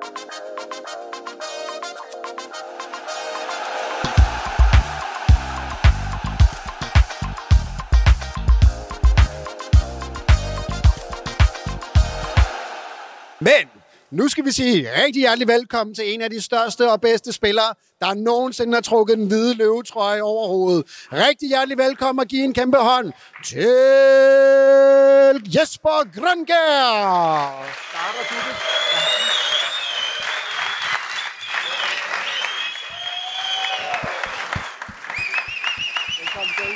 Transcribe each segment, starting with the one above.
Men nu skal vi sige rigtig hjertelig velkommen til en af de største og bedste spillere, der nogensinde har trukket den hvide løvetrøje over hovedet. Rigtig hjertelig velkommen og give en kæmpe hånd til Jesper Grønkjær. Velkommen til.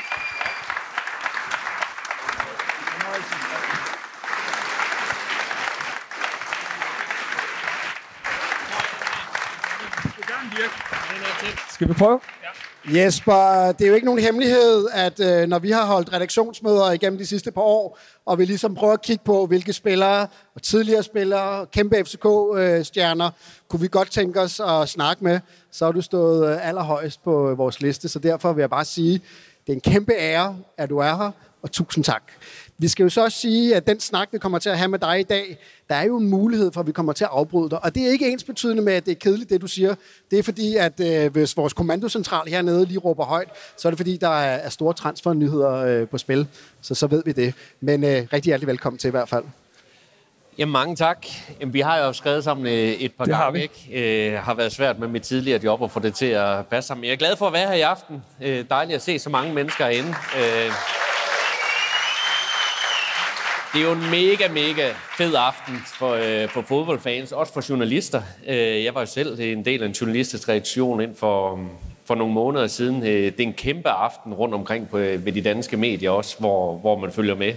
Skal vi prøve? Ja. Jesper, det er jo ikke nogen hemmelighed, at når vi har holdt redaktionsmøder igennem de sidste par år, og vi ligesom prøver at kigge på, hvilke spillere og tidligere spillere, kæmpe FCK-stjerner, kunne vi godt tænke os at snakke med, så har du stået allerhøjst på vores liste. Så derfor vil jeg bare sige, det er en kæmpe ære, at du er her, og tusind tak. Vi skal jo så også sige, at den snak, vi kommer til at have med dig i dag, der er jo en mulighed for, at vi kommer til at afbryde dig. Og det er ikke ensbetydende med, at det er kedeligt, det du siger. Det er fordi, at hvis vores kommandocentral hernede lige råber højt, så er det fordi, der er store transfernyheder på spil. Så ved vi det. Men rigtig hjertelig velkommen til i hvert fald. Jamen mange tak. Jamen, vi har jo skrevet sammen et par gange. Har været svært med mit tidligere job at få det til at passe sammen. Jeg er glad for at være her i aften. Dejligt at se så mange mennesker herinde. Det er jo en mega fed aften for fodboldfans, også for journalister. Jeg var jo selv en del af en journalistetradition ind for nogle måneder siden. Det er en kæmpe aften rundt omkring ved de danske medier også, hvor man følger med.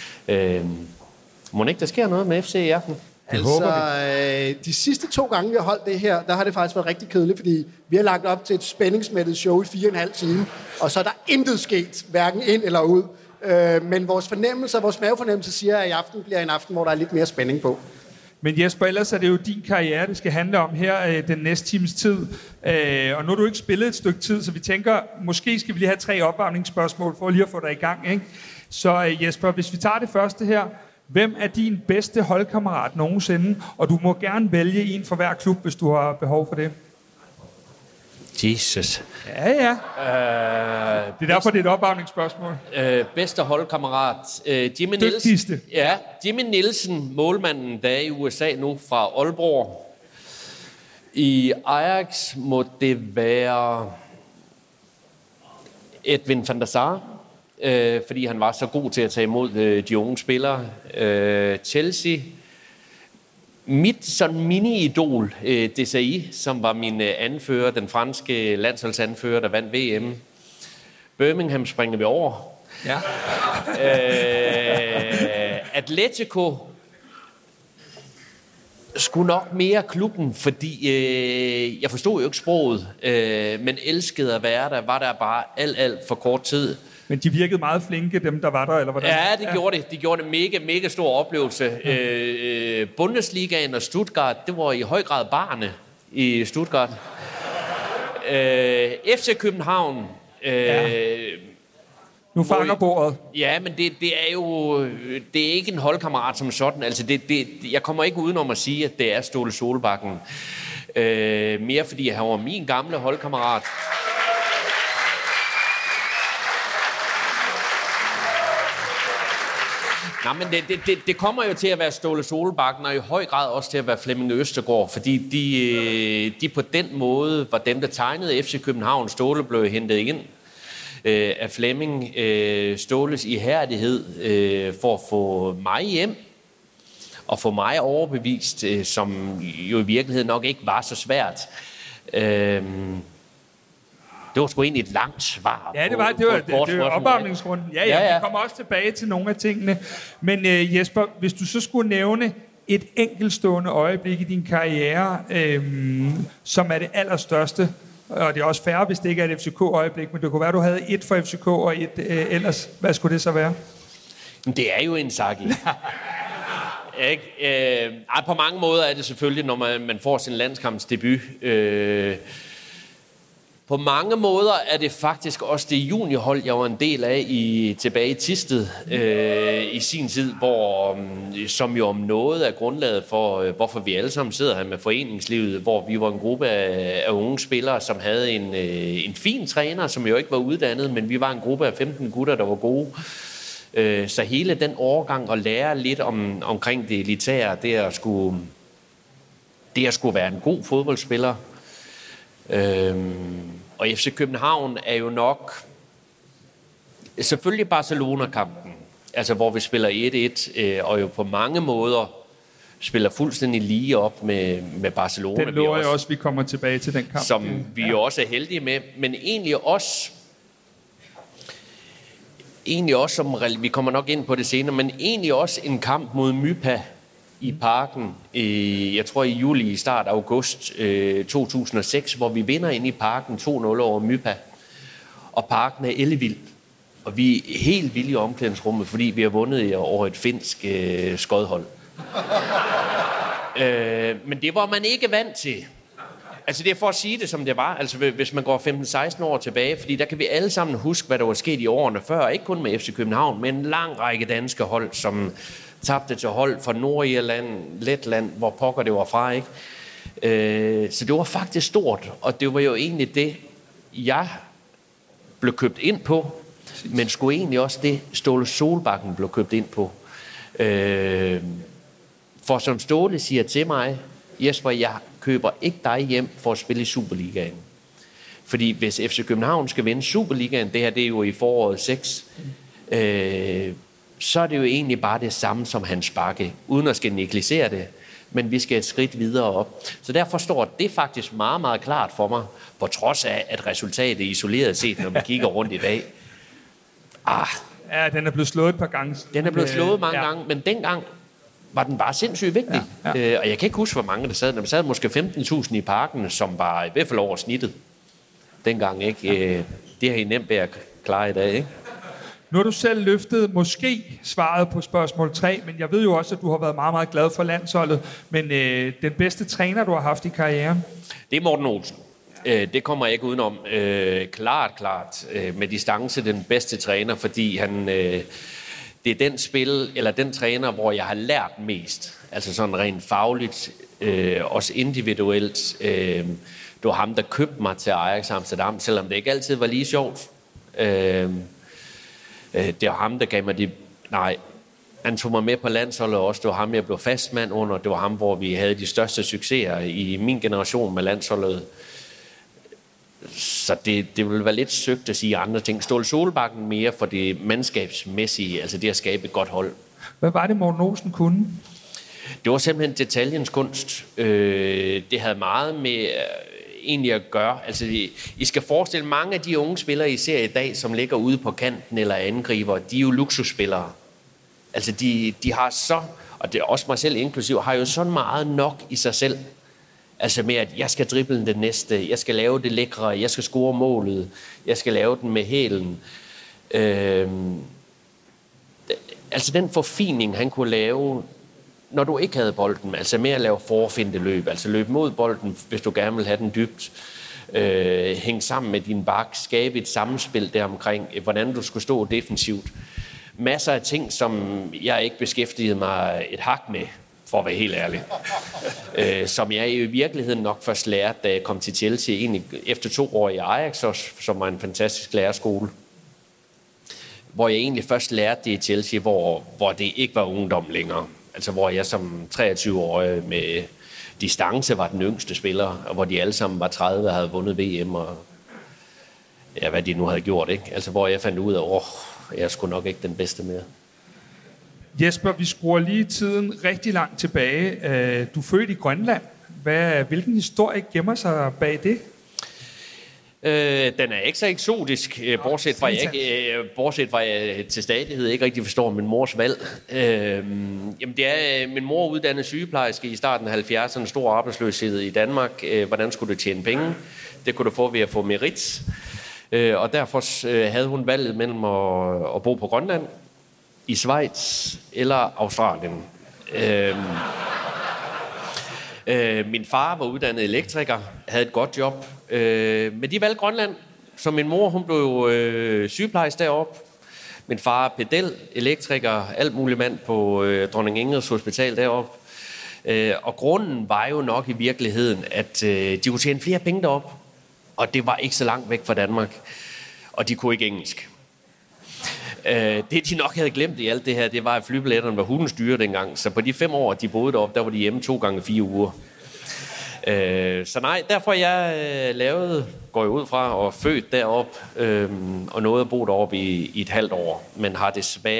Må ikke der sker noget med FC i aften? De sidste 2 gange, vi har holdt det her, der har det faktisk været rigtig kedeligt, fordi vi har lagt op til et spændingsmættet show i 4,5 timer, og så er der intet sket, hverken ind eller ud. Men vores mavefornemmelse siger, at i aften bliver en aften, hvor der er lidt mere spænding på. Men Jesper, ellers er det jo din karriere, det skal handle om her den næste times tid. Og nu har du ikke spillet et stykke tid, så vi tænker, måske skal vi lige have 3 opvarmningsspørgsmål for lige at få dig i gang, ikke? Så Jesper, hvis vi tager det første her. Hvem er din bedste holdkammerat nogensinde? Og du må gerne vælge en for hver klub, hvis du har behov for det. Jesus. Ja. Det er derfor, det er et opvarmningsspørgsmål. Bedste holdkammerat. Jimmy Nielsen. Ja, Jimmy Nielsen, målmanden, der er i USA nu fra Aalborg. I Ajax må det være Edwin van der Sar, fordi han var så god til at tage imod de unge spillere. Chelsea. Mit sådan mini-idol, Desailly, som var min anfører, den franske landsholdsanfører, der vandt VM. Birmingham springer vi over. Ja. Atletico skulle nok mere klubben, fordi jeg forstod jo ikke sproget, men elskede at være der, var der bare alt for kort tid. Men de virkede meget flinke, dem der var der, eller hvordan? Ja, det gjorde det. De gjorde det mega stor oplevelse. Bundesligaen og Stuttgart, det var i høj grad barne i Stuttgart. FC København. Nu fanger bordet. Ja, men det er jo det er ikke en holdkammerat som sådan. Altså jeg kommer ikke udenom at sige, at det er Ståle Solbakken. Mere fordi han var min gamle holdkammerat. Nej, men det kommer jo til at være Ståle Solbakken, og i høj grad også til at være Flemming Østergaard, fordi de på den måde var dem, der tegnede FC København. Ståle blev hentet ind af Flemming. Ståles ihærdighed for at få mig hjem, og få mig overbevist, som jo i virkeligheden nok ikke var så svært. Det var sgu egentlig et langt svar. Ja, det var opvarmningsrunden. Ja. Vi kommer også tilbage til nogle af tingene. Men Jesper, hvis du så skulle nævne et enkeltstående øjeblik i din karriere, som er det allerstørste, og det er også fair, hvis det ikke er et FCK-øjeblik, men det kunne være, du havde et for FCK og et ellers. Hvad skulle det så være? Det er jo Inzaghi. På mange måder er det selvfølgelig, når man får sin landskampsdebut. På mange måder er det faktisk også det juniorhold, jeg var en del af tilbage i Thisted i sin tid, som jo om noget er grundlaget for, hvorfor vi alle sammen sidder her med foreningslivet, hvor vi var en gruppe af unge spillere, som havde en fin træner, som jo ikke var uddannet, men vi var en gruppe af 15 gutter, der var gode. Så hele den årgang at lære lidt omkring det elitære, det at skulle være en god fodboldspiller. Og FC København er jo nok selvfølgelig Barcelona-kampen, altså hvor vi spiller 1-1, og jo på mange måder spiller fuldstændig lige op med Barcelona. Den lover jeg også, vi kommer tilbage til den kamp. Som vi jo også er heldige med, men egentlig også som vi kommer nok ind på det senere, men egentlig også en kamp mod Mypa i Parken, jeg tror i juli, i start af august 2006, hvor vi vinder ind i Parken 2-0 over Mypa. Og Parken er ellevild. Og vi er helt vilde i omklædningsrummet, fordi vi har vundet over et finsk skodhold. Men det var man ikke vant til. Altså det er for at sige det, som det var. Altså hvis man går 15-16 år tilbage, fordi der kan vi alle sammen huske, hvad der var sket i årene før. Ikke kun med FC København, men en lang række danske hold, som tabte til hold fra Nordirland, Letland, hvor pokker det var fra, ikke? Så det var faktisk stort, og det var jo egentlig det, jeg blev købt ind på, men skulle egentlig også det, Ståle Solbakken blev købt ind på. For som Ståle siger til mig, Jesper, jeg køber ikke dig hjem for at spille i Superligaen. Fordi hvis FC København skal vinde Superligaen, det her det er jo i foråret 6, så er det jo egentlig bare det samme som Hans Bakke, uden at skal negligere det, men vi skal et skridt videre op. Så derfor står det faktisk meget, meget klart for mig, på trods af, at resultatet isoleret set, når vi kigger rundt i dag. Ja, den er blevet slået et par gange. Den er blevet slået mange gange, men dengang var den bare sindssygt vigtig. Ja. Og jeg kan ikke huske, hvor mange der sad. Der sad måske 15.000 i Parken, som var i hvert fald over snittet dengang, ikke? Det har I nemt ved at klare i dag, ikke? Nu har du selv løftet måske svaret på spørgsmål 3, men jeg ved jo også, at du har været meget, meget glad for landsholdet. Men den bedste træner, du har haft i karrieren? Det er Morten Olsen. Det kommer jeg ikke udenom. Klart. Med distance den bedste træner, fordi han... det er den træner, hvor jeg har lært mest. Altså sådan rent fagligt, også individuelt. Det var ham, der købte mig til Ajax Amsterdam, selvom det ikke altid var lige sjovt. Det var ham, der gav mig han tog mig med på landsholdet også. Det var ham, jeg blev fastmand under. Det var ham, hvor vi havde de største succeser i min generation med landsholdet. Så det ville være lidt søgt at sige andre ting. Ståle Solbakken mere for det mandskabsmæssige, altså det at skabe et godt hold. Hvad var det, Morten Olsen kunne? Det var simpelthen detaljens kunst. Det havde meget med egentlig at gøre. Altså, I skal forestille, mange af de unge spillere, I ser i dag, som ligger ude på kanten eller angriber, de er jo luksusspillere. Altså, de har så, og det er også mig selv inklusiv, har jo så meget nok i sig selv. Altså med, at jeg skal drible det næste, jeg skal lave det lækre, jeg skal score målet, jeg skal lave den med hælen. Altså den forfining, han kunne lave, når du ikke havde bolden, altså med at lave forfindeløb, altså løb mod bolden, hvis du gerne vil have den dybt, hænge sammen med din bak, skabe et samspil deromkring, hvordan du skulle stå defensivt. Masser af ting, som jeg ikke beskæftigede mig et hak med, for at være helt ærlig. Som jeg i virkeligheden nok først lærte, da jeg kom til Chelsea, egentlig efter 2 år i Ajax, som var en fantastisk lærerskole. Hvor jeg egentlig først lærte det i Chelsea, hvor det ikke var ungdom længere. Altså hvor jeg som 23-årig med distance var den yngste spiller, og hvor de alle sammen var 30 og havde vundet VM, og ja, hvad de nu havde gjort, ikke? Altså hvor jeg fandt ud af, jeg er sgu nok ikke den bedste mere. Jesper, vi skruer lige tiden rigtig langt tilbage. Du er født i Grønland. Hvilken historie gemmer sig bag det? Den er ikke så eksotisk, bortset fra jeg til stadighed ikke rigtig forstår min mors valg. Jamen det er, min mor uddannede sygeplejerske i starten af 70'erne, stor arbejdsløshed i Danmark. Hvordan skulle du tjene penge? Det kunne du få ved at få merit. Og derfor havde hun valget mellem at bo på Grønland, i Schweiz eller Australien. Min far var uddannet elektriker, havde et godt job. Men de valgte Grønland, så min mor hun blev sygeplejerske deroppe. Min far er pedel, elektriker, alt muligt mand på Dronning Ingrids Hospital deroppe. Og grunden var jo nok i virkeligheden, at de kunne tjene flere penge deroppe. Og det var ikke så langt væk fra Danmark. Og de kunne ikke engelsk. Det de nok havde glemt i alt det her, det var, at flybilletterne var hundens dyre dengang. Så på de 5 år, de boede deroppe, der var de hjemme 2 gange 4 uger. Så nej, derfor jeg går jeg ud fra og født derop og nåede at bo deroppe i et halvt år. Men har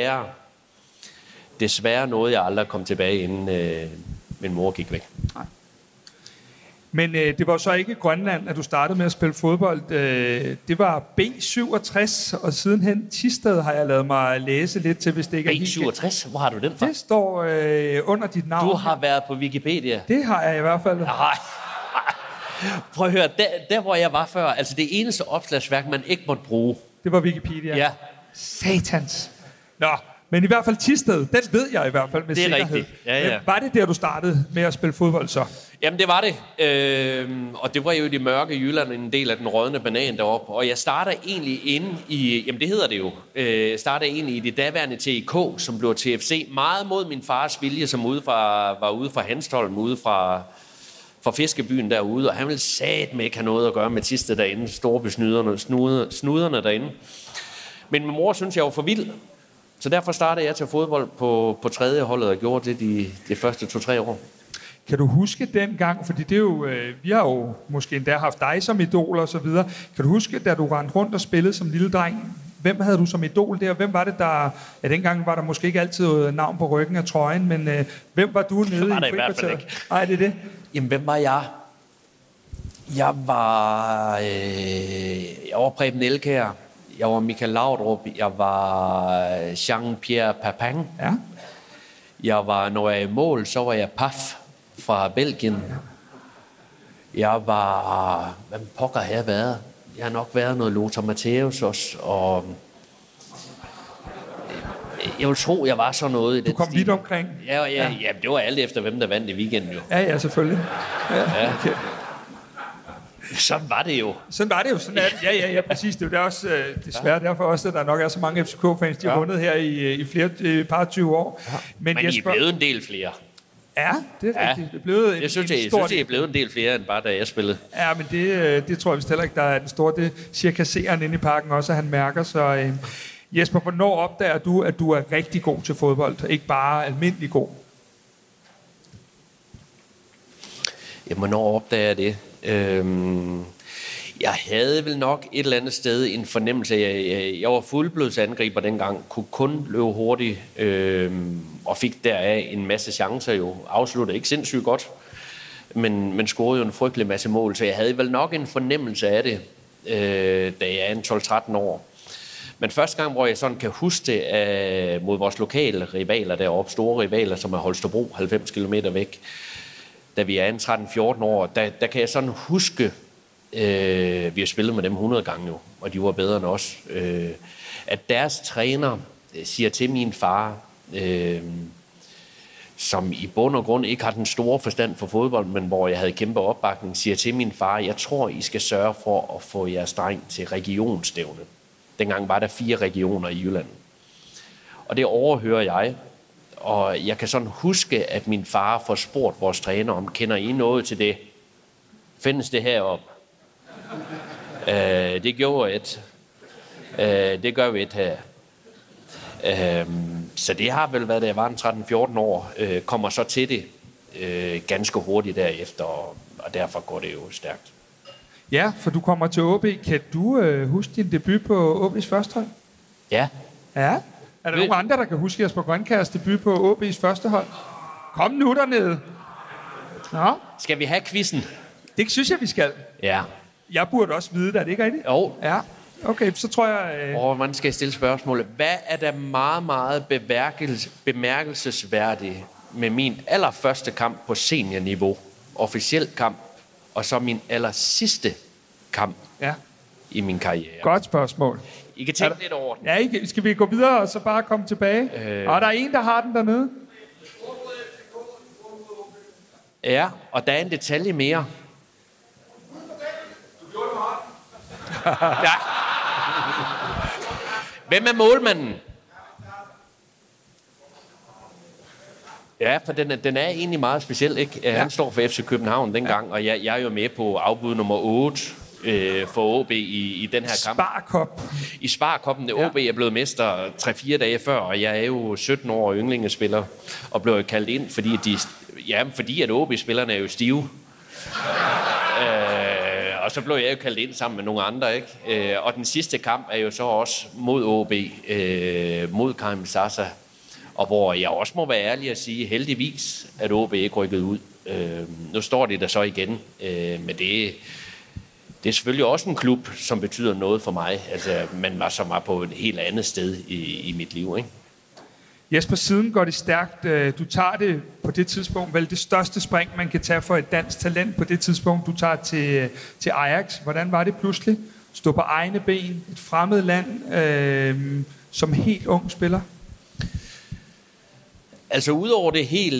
desværre noget, jeg aldrig kom tilbage, inden min mor gik væk. Nej. Men det var så ikke Grønland, at du startede med at spille fodbold. Det var B67, og sidenhen Thisted har jeg lavet mig læse lidt til, hvis det ikke er helt... B67? Hvor har du den fra? Det står under dit navn. Du har været på Wikipedia. Det har jeg i hvert fald. Nej. Prøv at høre, der hvor jeg var før, altså det eneste opslagsværk, man ikke måtte bruge. Det var Wikipedia? Ja. Satans. Nå, men i hvert fald Thisted, den ved jeg i hvert fald med det er sikkerhed. Rigtigt. Ja. Var det der, du startede med at spille fodbold så? Jamen det var det, og det var jo de mørke Jylland, en del af den rådne banan deroppe, og jeg starter egentlig inde i, jamen det hedder det jo, starter egentlig i det daværende TIK, som blev TFC, meget mod min fars vilje, som var ude fra Hanstholm, ude fra fiskebyen derude, og han ville satme ikke have noget at gøre med Thisted derinde, snuderne derinde. Men min mor synes, jeg var for vild, så derfor startede jeg til fodbold på 3. holdet og gjorde det de første 2-3 år. Kan du huske den gang, fordi det er jo, vi har jo måske endda haft dig som idol og så videre. Kan du huske, da du rendte rundt og spillede som lille dreng? Hvem havde du som idol der? Hvem var det, der... Ja, dengang var der måske ikke altid navn på ryggen af trøjen, men hvem var du nede det var i frikvarteret? Nej, det er det. Jamen, hvem var jeg? Jeg var Preben Elkjær. Jeg var Michael Laudrup. Jeg var Jean-Pierre Papin. Ja. Når jeg er i mål, så var jeg Paf fra Belgien. Jeg var... Hvad pokker har jeg været? Jeg har nok været noget Lothar Matthäus også, og... Jeg vil tro, jeg var sådan noget i den stil. Du kom vidt omkring? Ja, det var alt efter, hvem der vandt i weekenden jo. Ja, selvfølgelig. Ja. Okay. Sådan var det jo. Sådan er det. Ja, præcis. Det er jo også desværre derfor også, at der nok er så mange FCK-fans, de har vundet her i flere par 20 år. Ja. Men Jesper, I er blevet en del flere. Ja, det er rigtigt. Det er blevet jeg synes, I er blevet en del flere, end bare da jeg spillede. Ja, men det tror jeg vist heller ikke, der er den store. Det siger kassereren inde i parken også, at han mærker. Så Jesper, hvornår opdager du, at du er rigtig god til fodbold, og ikke bare almindelig god? Jamen, hvornår opdager jeg det? Jeg havde vel nok et eller andet sted en fornemmelse. Jeg var fuldblodsangriber dengang, kunne kun løbe hurtigt, og fik deraf en masse chancer jo. Afsluttede ikke sindssygt godt, men scorede jo en frygtelig masse mål, så jeg havde vel nok en fornemmelse af det, da jeg er 12-13 år. Men første gang, hvor jeg sådan kan huske det mod vores lokale rivaler deroppe, store rivaler, som er Holstebro, 90 km væk, da vi er 13-14 år, der kan jeg sådan huske, vi har spillet med dem 100 gange jo, og de var bedre end os, at deres træner siger til min far, som i bund og grund ikke har den store forstand for fodbold, men hvor jeg havde kæmpe opbakning, siger til min far, jeg tror, I skal sørge for at få jeres dreng til regionsstævne. Dengang var der 4 regioner i Jylland. Og det overhører jeg, og jeg kan sådan huske, at min far får spurgt vores træner om, kender I noget til det? Findes det heroppe? Det gjorde et. Det gør vi et her. Så det har vel været, da jeg var 13-14 år, kommer så til det ganske hurtigt derefter, og derfor går det jo stærkt. Ja, for du kommer til OB. Kan du huske din debut på OB's første hold? Ja. Ja? Er der nogen andre, der kan huske Jesper Grønkjærs debut på OB's første hold? Kom nu dernede. Nå? Skal vi have quizzen? Det synes jeg, vi skal. Ja. Jeg burde også vide det, er det ikke rigtigt? Jo. Ja. Okay, så tror jeg... Man skal stille spørgsmålet. Hvad er der meget, meget bemærkelsesværdigt med min allerførste kamp på seniorniveau, officiel kamp, og så min allersidste kamp i min karriere? Godt spørgsmål. I kan tænke lidt over den. Ja, skal vi gå videre og så bare komme tilbage? Og der er en, der har den dernede. Ja, og der er en detalje mere. Ja. Hvem er målmanden? Ja, for den er egentlig meget speciel, ikke? Ja. Han står for FC København dengang, og jeg er jo med på afbud nummer 8 for OB i den her kamp. Sparkop. I Sparkoppen. OB er blevet mester 3-4 dage før, og jeg er jo 17 år yndlingespiller, og blev kaldt ind, fordi at OB-spillerne er jo stive. Og så blev jeg jo kaldt ind sammen med nogle andre, ikke? Og den sidste kamp er jo så også mod OB, mod Karim Sasa, og hvor jeg også må være ærlig at sige, heldigvis, at OB ikke rykket ud. Nu står det der så igen, men det er selvfølgelig også en klub, som betyder noget for mig, altså, men som var på et helt andet sted i mit liv, ikke? Jesper, siden går det stærkt. Du tager det på det tidspunkt, vel det største spring, man kan tage for et dansk talent på det tidspunkt. Du tager til Ajax. Hvordan var det pludselig? Stå på egne ben, et fremmed land, som helt ung spiller? Altså udover det helt...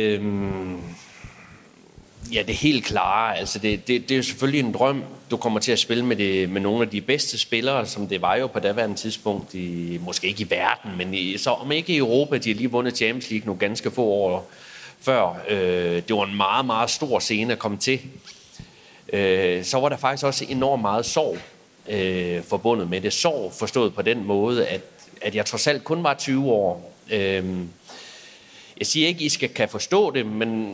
det helt klare. Altså det er jo selvfølgelig en drøm. Du kommer til at spille med nogle af de bedste spillere, som det var jo på daværende tidspunkt, måske ikke i verden, men så om ikke i Europa. De har lige vundet Champions League nogle ganske få år før. Det var en meget, meget stor scene at komme til. Så var der faktisk også enormt meget sorg forbundet med det. Sorg forstået på den måde, at jeg trods alt kun var 20 år. Jeg siger ikke, I kan forstå det, men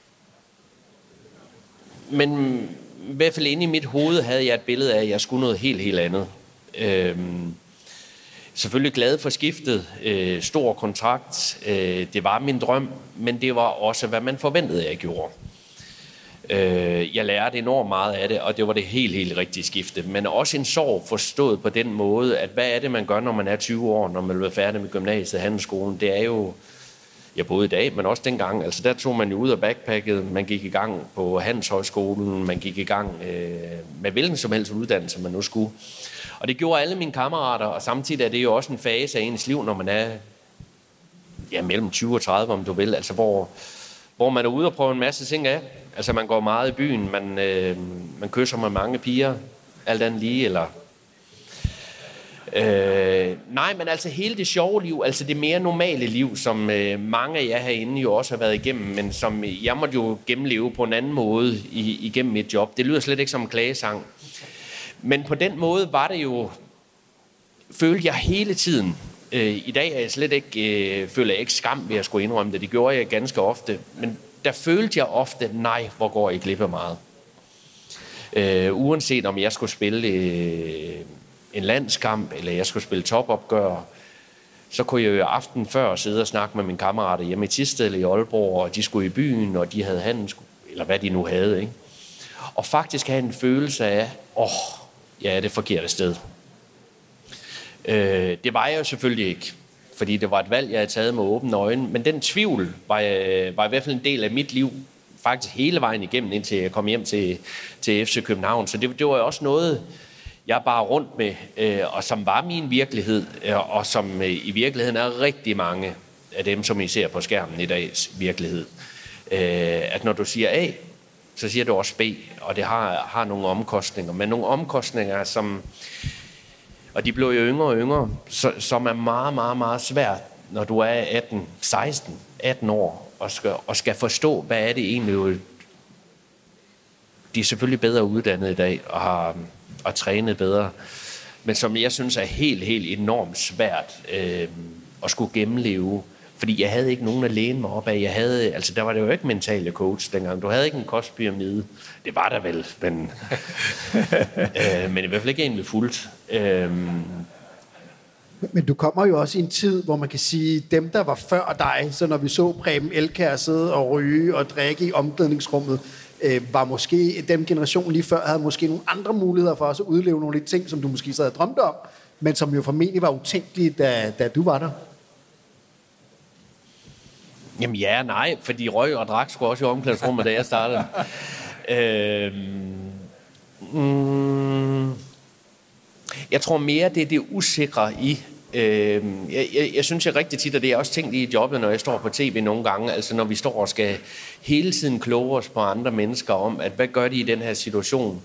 i hvert fald inde i mit hoved havde jeg et billede af, at jeg skulle noget helt, helt andet. Selvfølgelig glad for skiftet. Stor kontrakt. Det var min drøm, men det var også, hvad man forventede, jeg gjorde. Jeg lærte enormt meget af det, og det var det helt, helt rigtige skifte. Men også en sorg forstået på den måde, at hvad er det, man gør, når man er 20 år, når man bliver færdig med gymnasiet, handelsskolen. Det er jo... Jeg både i dag, men også dengang. Altså der tog man jo ud af backpacket, man gik i gang på Handelshøjskolen, man gik i gang med hvilken som helst uddannelse, man nu skulle. Og det gjorde alle mine kammerater, og samtidig er det jo også en fase af ens liv, når man er mellem 20 og 30, om du vil. Altså hvor man er ude og prøve en masse ting af. Altså man går meget i byen, man kysser med mange piger, alt andet lige, eller... Nej, men altså hele det sjove liv, altså det mere normale liv, som mange af jer herinde jo også har været igennem, men som jeg måtte jo gennemleve på en anden måde igennem mit job. Det lyder slet ikke som en klagesang. Men på den måde var det jo, følte jeg hele tiden. I dag er jeg slet ikke, føler jeg ikke skam ved at skulle indrømme det. Det gjorde jeg ganske ofte. Men der følte jeg ofte, nej, hvor går jeg glip af meget. Uanset om jeg skulle spille... en landskamp, eller jeg skulle spille topopgør, så kunne jeg jo aften før sidde og snakke med mine kammerater hjemme i Thisted eller i Aalborg, og de skulle i byen, og de havde handel, eller hvad de nu havde, ikke? Og faktisk have en følelse af, det forkerte sted. Det var jeg jo selvfølgelig ikke, fordi det var et valg, jeg havde taget med åbne øjne, men den tvivl var i hvert fald en del af mit liv, faktisk hele vejen igennem, indtil jeg kom hjem til FC København. Så det var jo også noget, jeg bare rundt med, og som var min virkelighed, og som i virkeligheden er rigtig mange af dem, som I ser på skærmen i dags virkelighed. At når du siger A, så siger du også B, og det har nogle omkostninger. Men nogle omkostninger, som, og de blev jo yngre og yngre, som er meget, meget, meget svært, når du er 18 år, og skal forstå, hvad er det egentlig. De er selvfølgelig bedre uddannet i dag, og har trænet bedre, men som jeg synes er helt, helt enormt svært at skulle gennemleve, fordi jeg havde ikke nogen at læne mig op af. Der var det jo ikke mentale coach dengang. Du havde ikke en kostpyramide. Det var der vel, men men i hvert fald ikke en med fuldt. Men du kommer jo også i en tid, hvor man kan sige, dem der var før dig, så når vi så Preben Elkjær sidde og ryge og drikke i omklædningsrummet, var måske den generation lige før, havde måske nogle andre muligheder for os at udleve nogle af de ting, som du måske så havde drømt om, men som jo formentlig var utænkelige, da du var der. Jamen ja, nej, fordi røg og drak skulle også i omklædningsrummet, da jeg startede. Jeg tror mere, det er det usikre i, Jeg synes, jeg rigtig tit, og det er også tænkt i jobbet, når jeg står på tv nogle gange, altså når vi står og skal hele tiden kloge os på andre mennesker om, at hvad gør de i den her situation?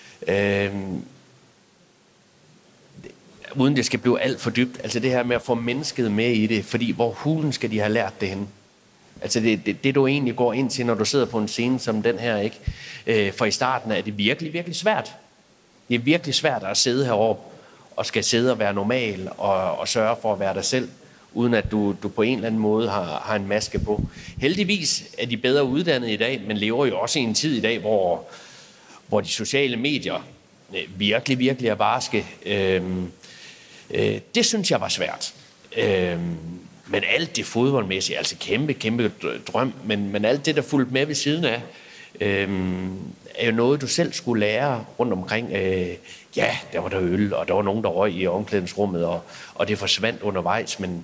Uden det skal blive alt for dybt. Altså det her med at få mennesket med i det, fordi hvor hulen skal de have lært det henne? Altså det du egentlig går ind til, når du sidder på en scene som den her, ikke? For i starten er det virkelig, virkelig svært. Det er virkelig svært at sidde heroppe og skal sidde og være normal og sørge for at være dig selv, uden at du på en eller anden måde har en maske på. Heldigvis er de bedre uddannet i dag, men lever jo også i en tid i dag, hvor de sociale medier virkelig, virkelig er barske. Det synes jeg var svært. Men alt det fodboldmæssige, altså kæmpe drøm, men alt det, der fulgte med ved siden af, er jo noget, du selv skulle lære rundt omkring. Ja, der var der øl, og der var nogen, der røg i omklædningsrummet, og det forsvandt undervejs, men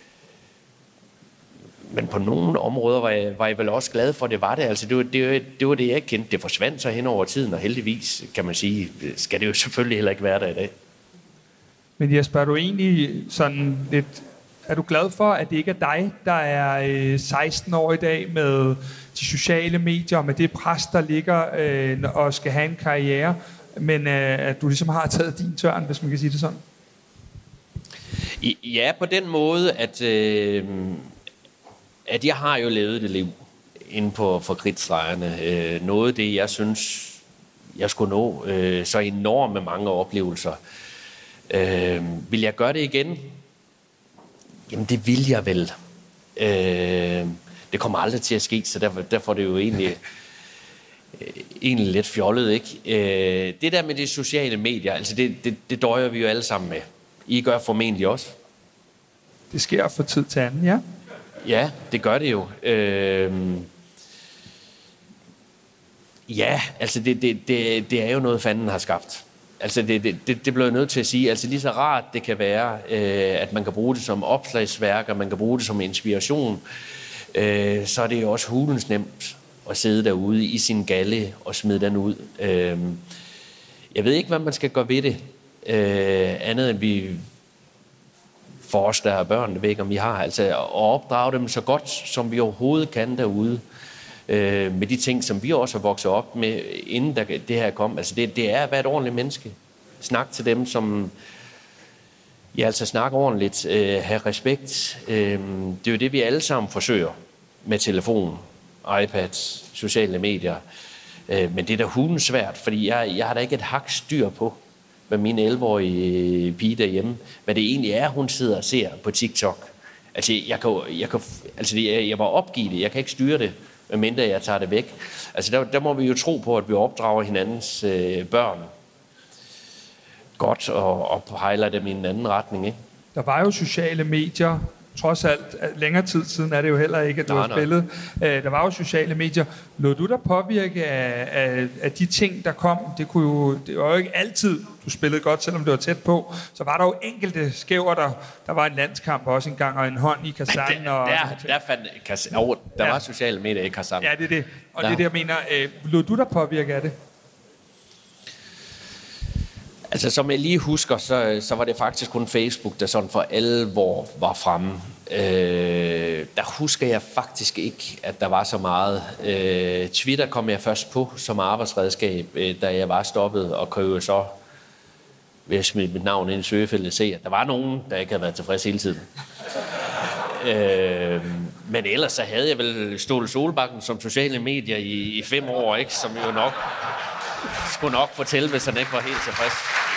på nogle områder var jeg vel også glad for, at det var det. Altså, det var det, jeg kendte. Det forsvandt så hen over tiden, og heldigvis, kan man sige, skal det jo selvfølgelig heller ikke være der i dag. Men Jesper, er du egentlig sådan lidt... Er du glad for, at det ikke er dig, der er 16 år i dag med de sociale medier, med det pres, der ligger og skal have en karriere, men at du ligesom har taget din tørn, hvis man kan sige det sådan? Ja, på den måde, at jeg har jo levet det liv inde for kridtstregerne. Noget af det, jeg synes, jeg skulle nå, så enorme mange oplevelser. Vil jeg gøre det igen? Jamen, det vil jeg vel. Det kommer aldrig til at ske, så derfor er det jo egentlig lidt fjollet, ikke? Det der med de sociale medier, altså det døjer vi jo alle sammen med. I gør formentlig også. Det sker fra tid til anden, ja. Ja, det gør det jo. Ja, altså det er jo noget, fanden har skabt. Altså det blev jeg nødt til at sige. Altså lige så rart det kan være, at man kan bruge det som opslagsværk, og man kan bruge det som inspiration, så er det jo også hulens nemt at sidde derude i sin galle og smide den ud. Jeg ved ikke, hvad man skal gøre ved det, andet end vi for os, der er børn, det ved ikke, om vi har, altså at opdrage dem så godt, som vi overhovedet kan derude, med de ting, som vi også har vokset op med, inden det her kom. Altså det er at være et ordentligt menneske. Snak til dem, som... Ja, altså snakke ordentligt, have respekt. Det er jo det, vi alle sammen forsøger med telefon, iPads, sociale medier. Men det er da hulens svært, fordi jeg har da ikke et hak styr på, med min 11-årige pige derhjemme, hvad det egentlig er, hun sidder og ser på TikTok. Altså, jeg var opgivet det. Jeg kan ikke styre det, medmindre jeg tager det væk. Altså, der må vi jo tro på, at vi opdrager hinandens børn godt og pejler dem i en anden retning, ikke? Der var jo sociale medier, trods alt længere tid siden er det jo heller ikke, at du har spillet. Der var jo sociale medier. Lod du dig påvirke af de ting, der kom? Det var jo ikke altid, du spillede godt, selvom det var tæt på. Så var der jo enkelte skæver, der var en landskamp også en gang, og en hånd i Kazan. Der var sociale medier i Kazan. Ja, det er det. Og det er det, jeg mener. Lod du dig påvirke af det? Altså, som jeg lige husker, så var det faktisk kun Facebook, der sådan for alvor var fremme. Der husker jeg faktisk ikke, at der var så meget. Twitter kom jeg først på som arbejdsredskab, da jeg var stoppet, og kunne jo så, ved at smide mit navn ind i søgefeltet, se, at der var nogen, der ikke havde været tilfreds hele tiden. Men ellers så havde jeg vel Ståle Solbakken som sociale medier i 5 år, ikke? Som jo nok skulle nok fortælle, hvis han ikke var helt tilfreds.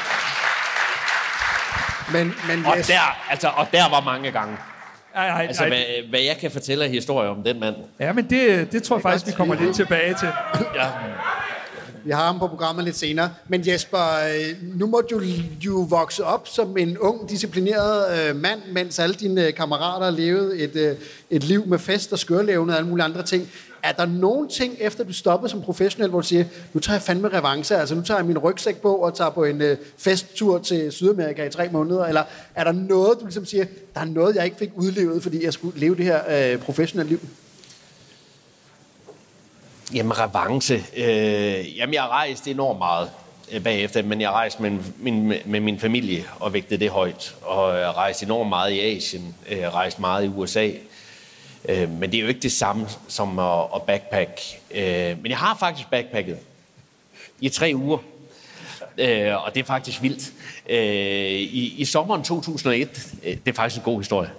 Men og der var mange gange. Altså, hvad jeg kan fortælle af historier om den mand. Ja, men det tror jeg faktisk, vi kommer lidt tilbage til. Ja. Vi har ham på programmet lidt senere. Men Jesper, nu må du jo vokse op som en ung, disciplineret mand, mens alle dine kammerater levede et liv med fest og skørlevende og alle mulige andre ting. Er der nogen ting, efter du stoppede som professionel, hvor du siger, nu tager jeg fandme revanche, altså nu tager jeg min rygsæk på og tager på en festtur til Sydamerika i 3 måneder, eller er der noget, du ligesom siger, der er noget, jeg ikke fik udlevet, fordi jeg skulle leve det her professionelle liv? Jamen, revanche. Jamen, jeg har rejst enormt meget. bagefter, men jeg rejste med min familie og vægtede det højt, og rejste enormt meget i Asien, rejste meget i USA. Men det er jo ikke det samme som at backpack. Men jeg har faktisk backpacket i 3 uger, og det er faktisk vildt. I sommeren 2001, det er faktisk en god historie.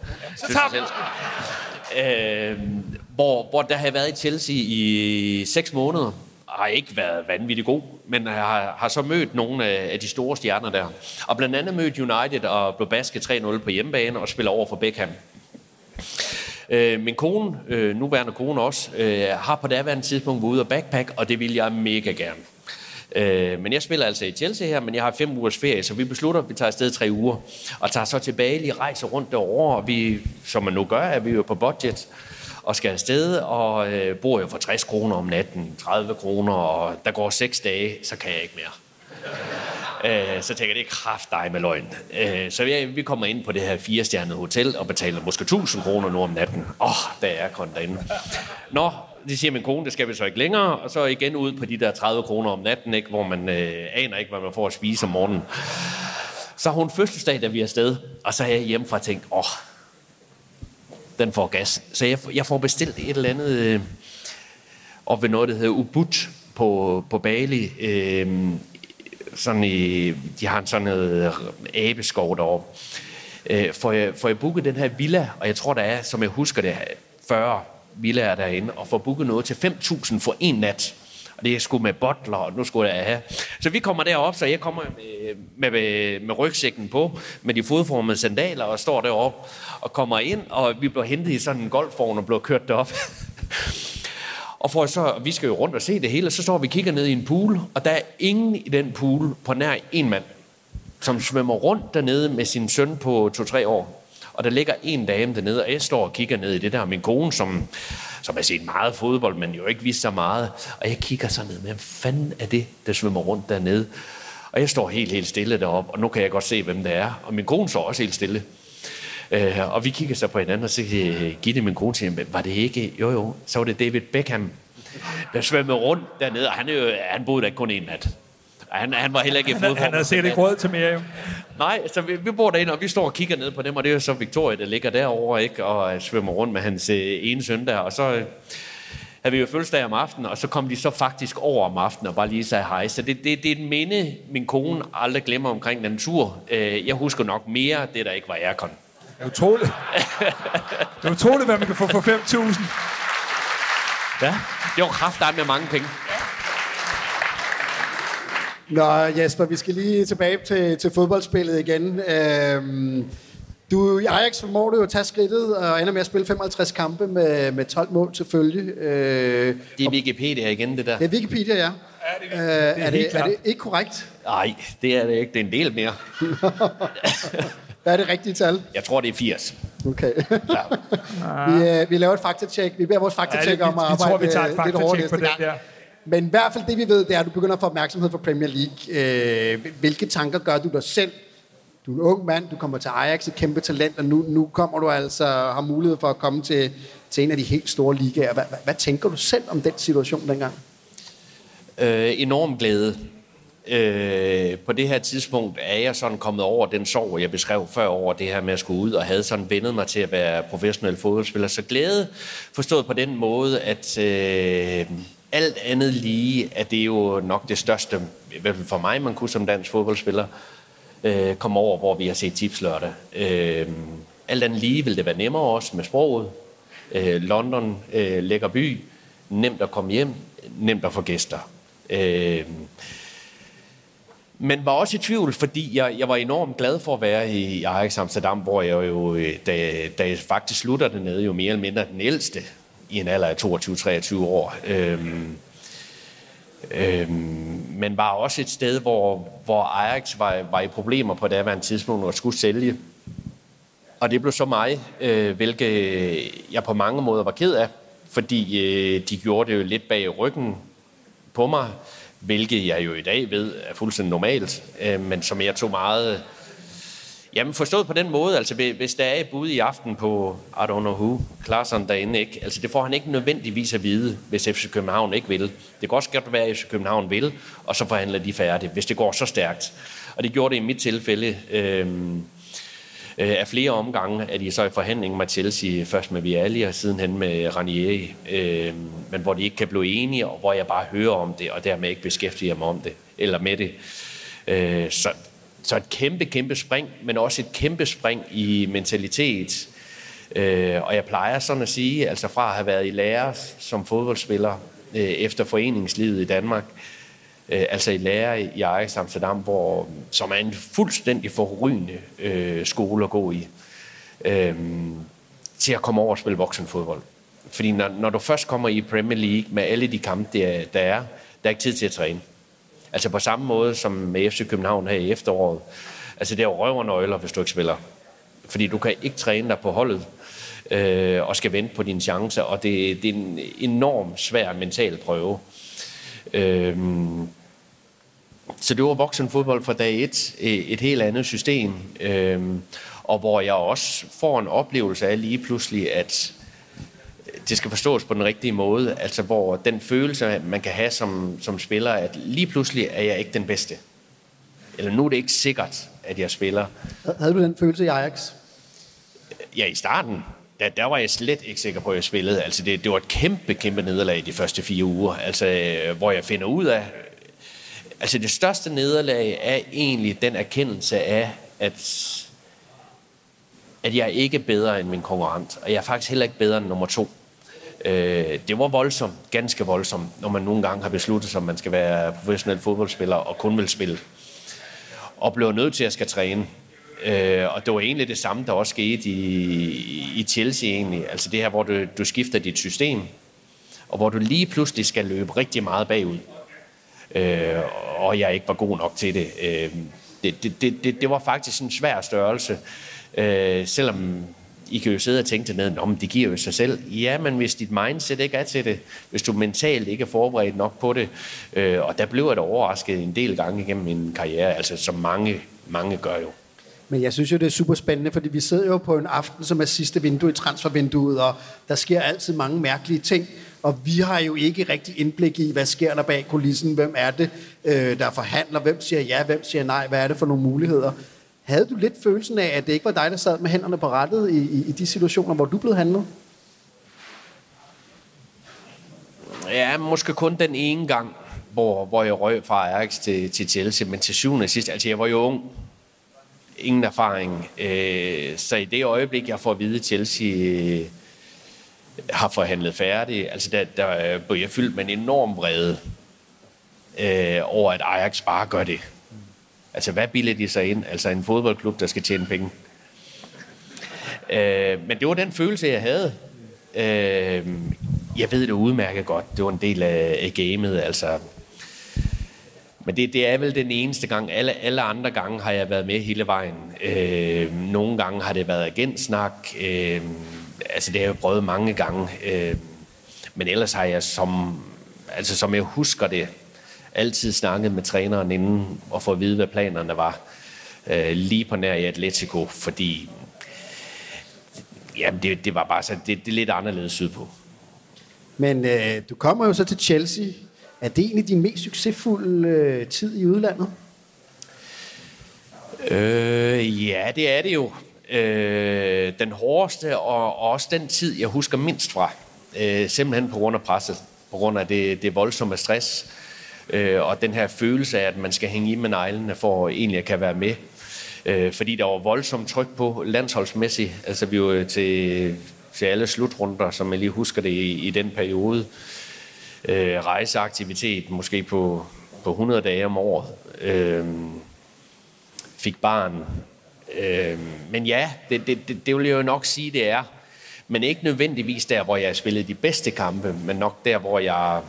Hvor der havde været i Chelsea i 6 måneder, har ikke været vanvittigt god, men har så mødt nogle af de store stjerner der. Og blandt andet mødt United og blev basket 3-0 på hjemmebane og spiller over for Beckham. Min kone, nuværende kone også, har på daværende tidspunkt været ude og backpack, og det vil jeg mega gerne. Men jeg spiller altså i Chelsea her, men jeg har 5 ugers ferie, så vi beslutter, at vi tager afsted 3 uger, og tager så til Bali, rejser rundt derovre, og vi, som man nu gør, er vi jo på budget, og skal afsted, og bor jo for 60 kroner om natten, 30 kroner, og der går 6 dage, så kan jeg ikke mere. Så tænker jeg, det er kraftedeme med løgn. Så vi kommer ind på det her 4-stjernede hotel, og betaler måske 1000 kroner nu om natten. Der er jeg kun derinde. Nå, det siger min kone, det skal vi så ikke længere, og så igen ud på de der 30 kroner om natten, ikke, hvor man aner ikke, hvad man får at spise om morgenen. Så har hun fødselsdag, da vi er afsted, og så er jeg hjemmefra og tænkt, den får gas. Så jeg får bestilt et eller andet op ved noget, der hedder Ubud på Bali. De har sådan noget abeskov deroppe. Får jeg booket den her villa, og jeg tror, der er, som jeg husker det, 40 villaer derinde, og får booket noget til 5.000 for en nat. Og det er sgu med butler, og nu skulle jeg have. Så vi kommer derop, så jeg kommer med rygsækken på, med de fodformede sandaler, og står deroppe og kommer ind, og vi bliver hentet i sådan en golfvogn og bliver kørt derop. Og vi skal jo rundt og se det hele, så står vi og kigger ned i en pool, og der er ingen i den pool på nær en mand, som svømmer rundt dernede med sin søn på 2-3 år. Og der ligger en dame dernede, og jeg står og kigger ned i det der. Min kone, som har set meget fodbold, men jo ikke vidste så meget. Og jeg kigger så ned, hvad fanden er det, der svømmer rundt dernede? Og jeg står helt stille deroppe, og nu kan jeg godt se, hvem det er. Og min kone står også helt stille. Og vi kigger så på hinanden, og så Gitte, min kone, siger, var det ikke? Jo, så var det David Beckham, der svømmede rundt dernede, og han boede der ikke kun en nat. Han var heller ikke i fodform. Han havde set ikke råd til mere, jo. Nej, så vi bor derinde, og vi står og kigger ned på dem, og det er jo så Victoria, der ligger derovre, ikke, og svømmer rundt med hans ene søn der, og så havde vi jo fødselsdag om aftenen, og så kom de så faktisk over om aftenen og bare lige sagde hej. Så det er et minde, min kone aldrig glemmer omkring den tur. Jeg husker nok mere det, der ikke var aircon. Det er utroligt. Det er utroligt, hvad man kan få for 5.000. Ja, det var kraftedeme med mange penge. Nå, Jesper, vi skal lige tilbage til fodboldspillet igen. I Ajax formår du jo at tage skridtet og ender med at spille 55 kampe med 12 mål til følge. Det er Wikipedia igen, det der. Det er Wikipedia, ja. Er det ikke korrekt? Nej, det er det ikke. Det er en del mere. Hvad er det rigtige tal? Jeg tror, det er 80. Okay. Ja. Vi laver et faktatjek. Vi beder vores faktatjek om at arbejde lidt over næste gang. Der. Men i hvert fald det, vi ved, det er, at du begynder at få opmærksomhed for Premier League. Hvilke tanker gør du dig selv? Du er en ung mand, du kommer til Ajax, et kæmpe talent, og nu kommer du altså har mulighed for at komme til en af de helt store ligaer. Hvad tænker du selv om den situation dengang? Enorm glæde. På det her tidspunkt er jeg sådan kommet over den sorg, jeg beskrev før over det her med at skulle ud, og havde sådan vendet mig til at være professionel fodboldspiller. Så glæde forstået på den måde, at alt andet lige, at det er jo nok det største, i hvert fald for mig, man kunne som dansk fodboldspiller, komme over, hvor vi har set tipslørdag. Alt andet lige vil det være nemmere også med sproget. London, lækker by, nemt at komme hjem, nemt at få gæster. Men var også i tvivl, fordi jeg var enormt glad for at være i Ajax Amsterdam, hvor jeg jo, da jeg faktisk slutter dernede, jo mere eller mindre den ældste i en alder af 22-23 år. Men var også et sted, hvor Ajax var i problemer på daværende tidspunkt og skulle sælge. Og det blev så mig, hvilket jeg på mange måder var ked af, fordi de gjorde det jo lidt bag ryggen på mig, hvilket jeg jo i dag ved er fuldstændig normalt, men som jeg tog meget Jamen forstået på den måde, altså hvis der er et bud i aften på, I don't know who, Klaarsson derinde, ikke? Altså det får han ikke nødvendigvis at vide, hvis FC København ikke vil. Det kan også godt være, at FC København vil, og så forhandler de færdigt, hvis det går så stærkt. Og det gjorde det i mit tilfælde af flere omgange, at de så i forhandling med Chelsea, først med Vialli og sidenhen med Ranieri, men hvor de ikke kan blive enige, og hvor jeg bare hører om det, og dermed ikke beskæftiger mig om det, eller med det. Så et kæmpe spring, men også et kæmpe spring i mentalitet. Og jeg plejer sådan at sige, altså fra at have været i lære som fodboldspiller efter foreningslivet i Danmark, altså i lære i Ajax Amsterdam, som er en fuldstændig forrygende skole at gå i, til at komme over og spille voksenfodbold. Fordi når du først kommer i Premier League med alle de kampe, der er ikke tid til at træne. Altså på samme måde som med FC København her i efteråret. Altså det er jo røv og nøgler, hvis du ikke spiller. Fordi du kan ikke træne dig på holdet, og skal vente på dine chancer, og det er en enormt svær mental prøve. Så det var voksenfodbold fra dag 1, et helt andet system, og hvor jeg også får en oplevelse af lige pludselig, at det skal forstås på den rigtige måde, altså hvor den følelse, man kan have som spiller, at lige pludselig er jeg ikke den bedste. Eller nu er det ikke sikkert, at jeg spiller. Havde du den følelse i Ajax? Ja, i starten, der var jeg slet ikke sikker på, at jeg spillede. Altså det var et kæmpe nederlag de første 4 uger, altså hvor jeg finder ud af, altså det største nederlag er egentlig den erkendelse af, at jeg ikke er bedre end min konkurrent, og jeg er faktisk heller ikke bedre end nummer 2. Det var voldsomt, ganske voldsomt, når man nogle gange har besluttet sig, at man skal være professionel fodboldspiller og kun vil spille. Og blev nødt til at skal træne. Og det var egentlig det samme, der også skete i Chelsea egentlig. Altså det her, hvor du skifter dit system, og hvor du lige pludselig skal løbe rigtig meget bagud. Og jeg ikke var god nok til det. Det var faktisk en svær størrelse. Selvom I kan jo sidde og tænke dernede, men det giver jo sig selv. Ja, men hvis dit mindset ikke er til det, hvis du mentalt ikke er forberedt nok på det, og der blev jeg da overrasket en del gange igennem min karriere, altså som mange gør jo. Men jeg synes jo, det er super spændende, fordi vi sidder jo på en aften, som er sidste vindue i transfervinduet, og der sker altid mange mærkelige ting, og vi har jo ikke rigtig indblik i, hvad sker der bag kulissen, hvem er det, der forhandler, hvem siger ja, hvem siger nej, hvad er det for nogle muligheder. Havde du lidt følelsen af, at det ikke var dig, der sad med hænderne på rattet i de situationer, hvor du blev handlet? Ja, måske kun den ene gang, hvor jeg røg fra Ajax til Chelsea, men til syvende og sidst, altså jeg var jo ung, ingen erfaring, så i det øjeblik, jeg får at vide, at Chelsea har forhandlet færdigt, altså der blev jeg fyldt med en enorm vrede over, at Ajax bare gør det. Altså, hvad bilder de sig ind? Altså, en fodboldklub, der skal tjene penge. Men det var den følelse, jeg havde. Jeg ved det udmærket godt. Det var en del af gamet, altså. Men det er vel den eneste gang. Alle andre gange har jeg været med hele vejen. Nogle gange har det været agentsnak. Altså, det har jeg prøvet mange gange. Men ellers har jeg, som jeg husker det, altid snakket med træneren inden og få at vide, hvad planerne var. Lige på nær i Atletico, fordi jamen, det var bare så det er lidt anderledes sydpå. Men du kommer jo så til Chelsea. Er det egentlig din mest succesfulde tid i udlandet? Ja, det er det jo. Den hårdeste og også den tid, jeg husker mindst fra. Simpelthen på grund af presset. På grund af det voldsomme stress. Og den her følelse af, at man skal hænge i med neglene for egentlig at kan være med. Fordi der var voldsomt tryk på landsholdsmæssigt. Altså vi var til alle slutrunder, som jeg lige husker det i den periode. Rejseaktivitet måske på 100 dage om året. Fik barn. Men ja, det vil jeg jo nok sige, det er. Men ikke nødvendigvis der, hvor jeg spillede de bedste kampe, men nok der, hvor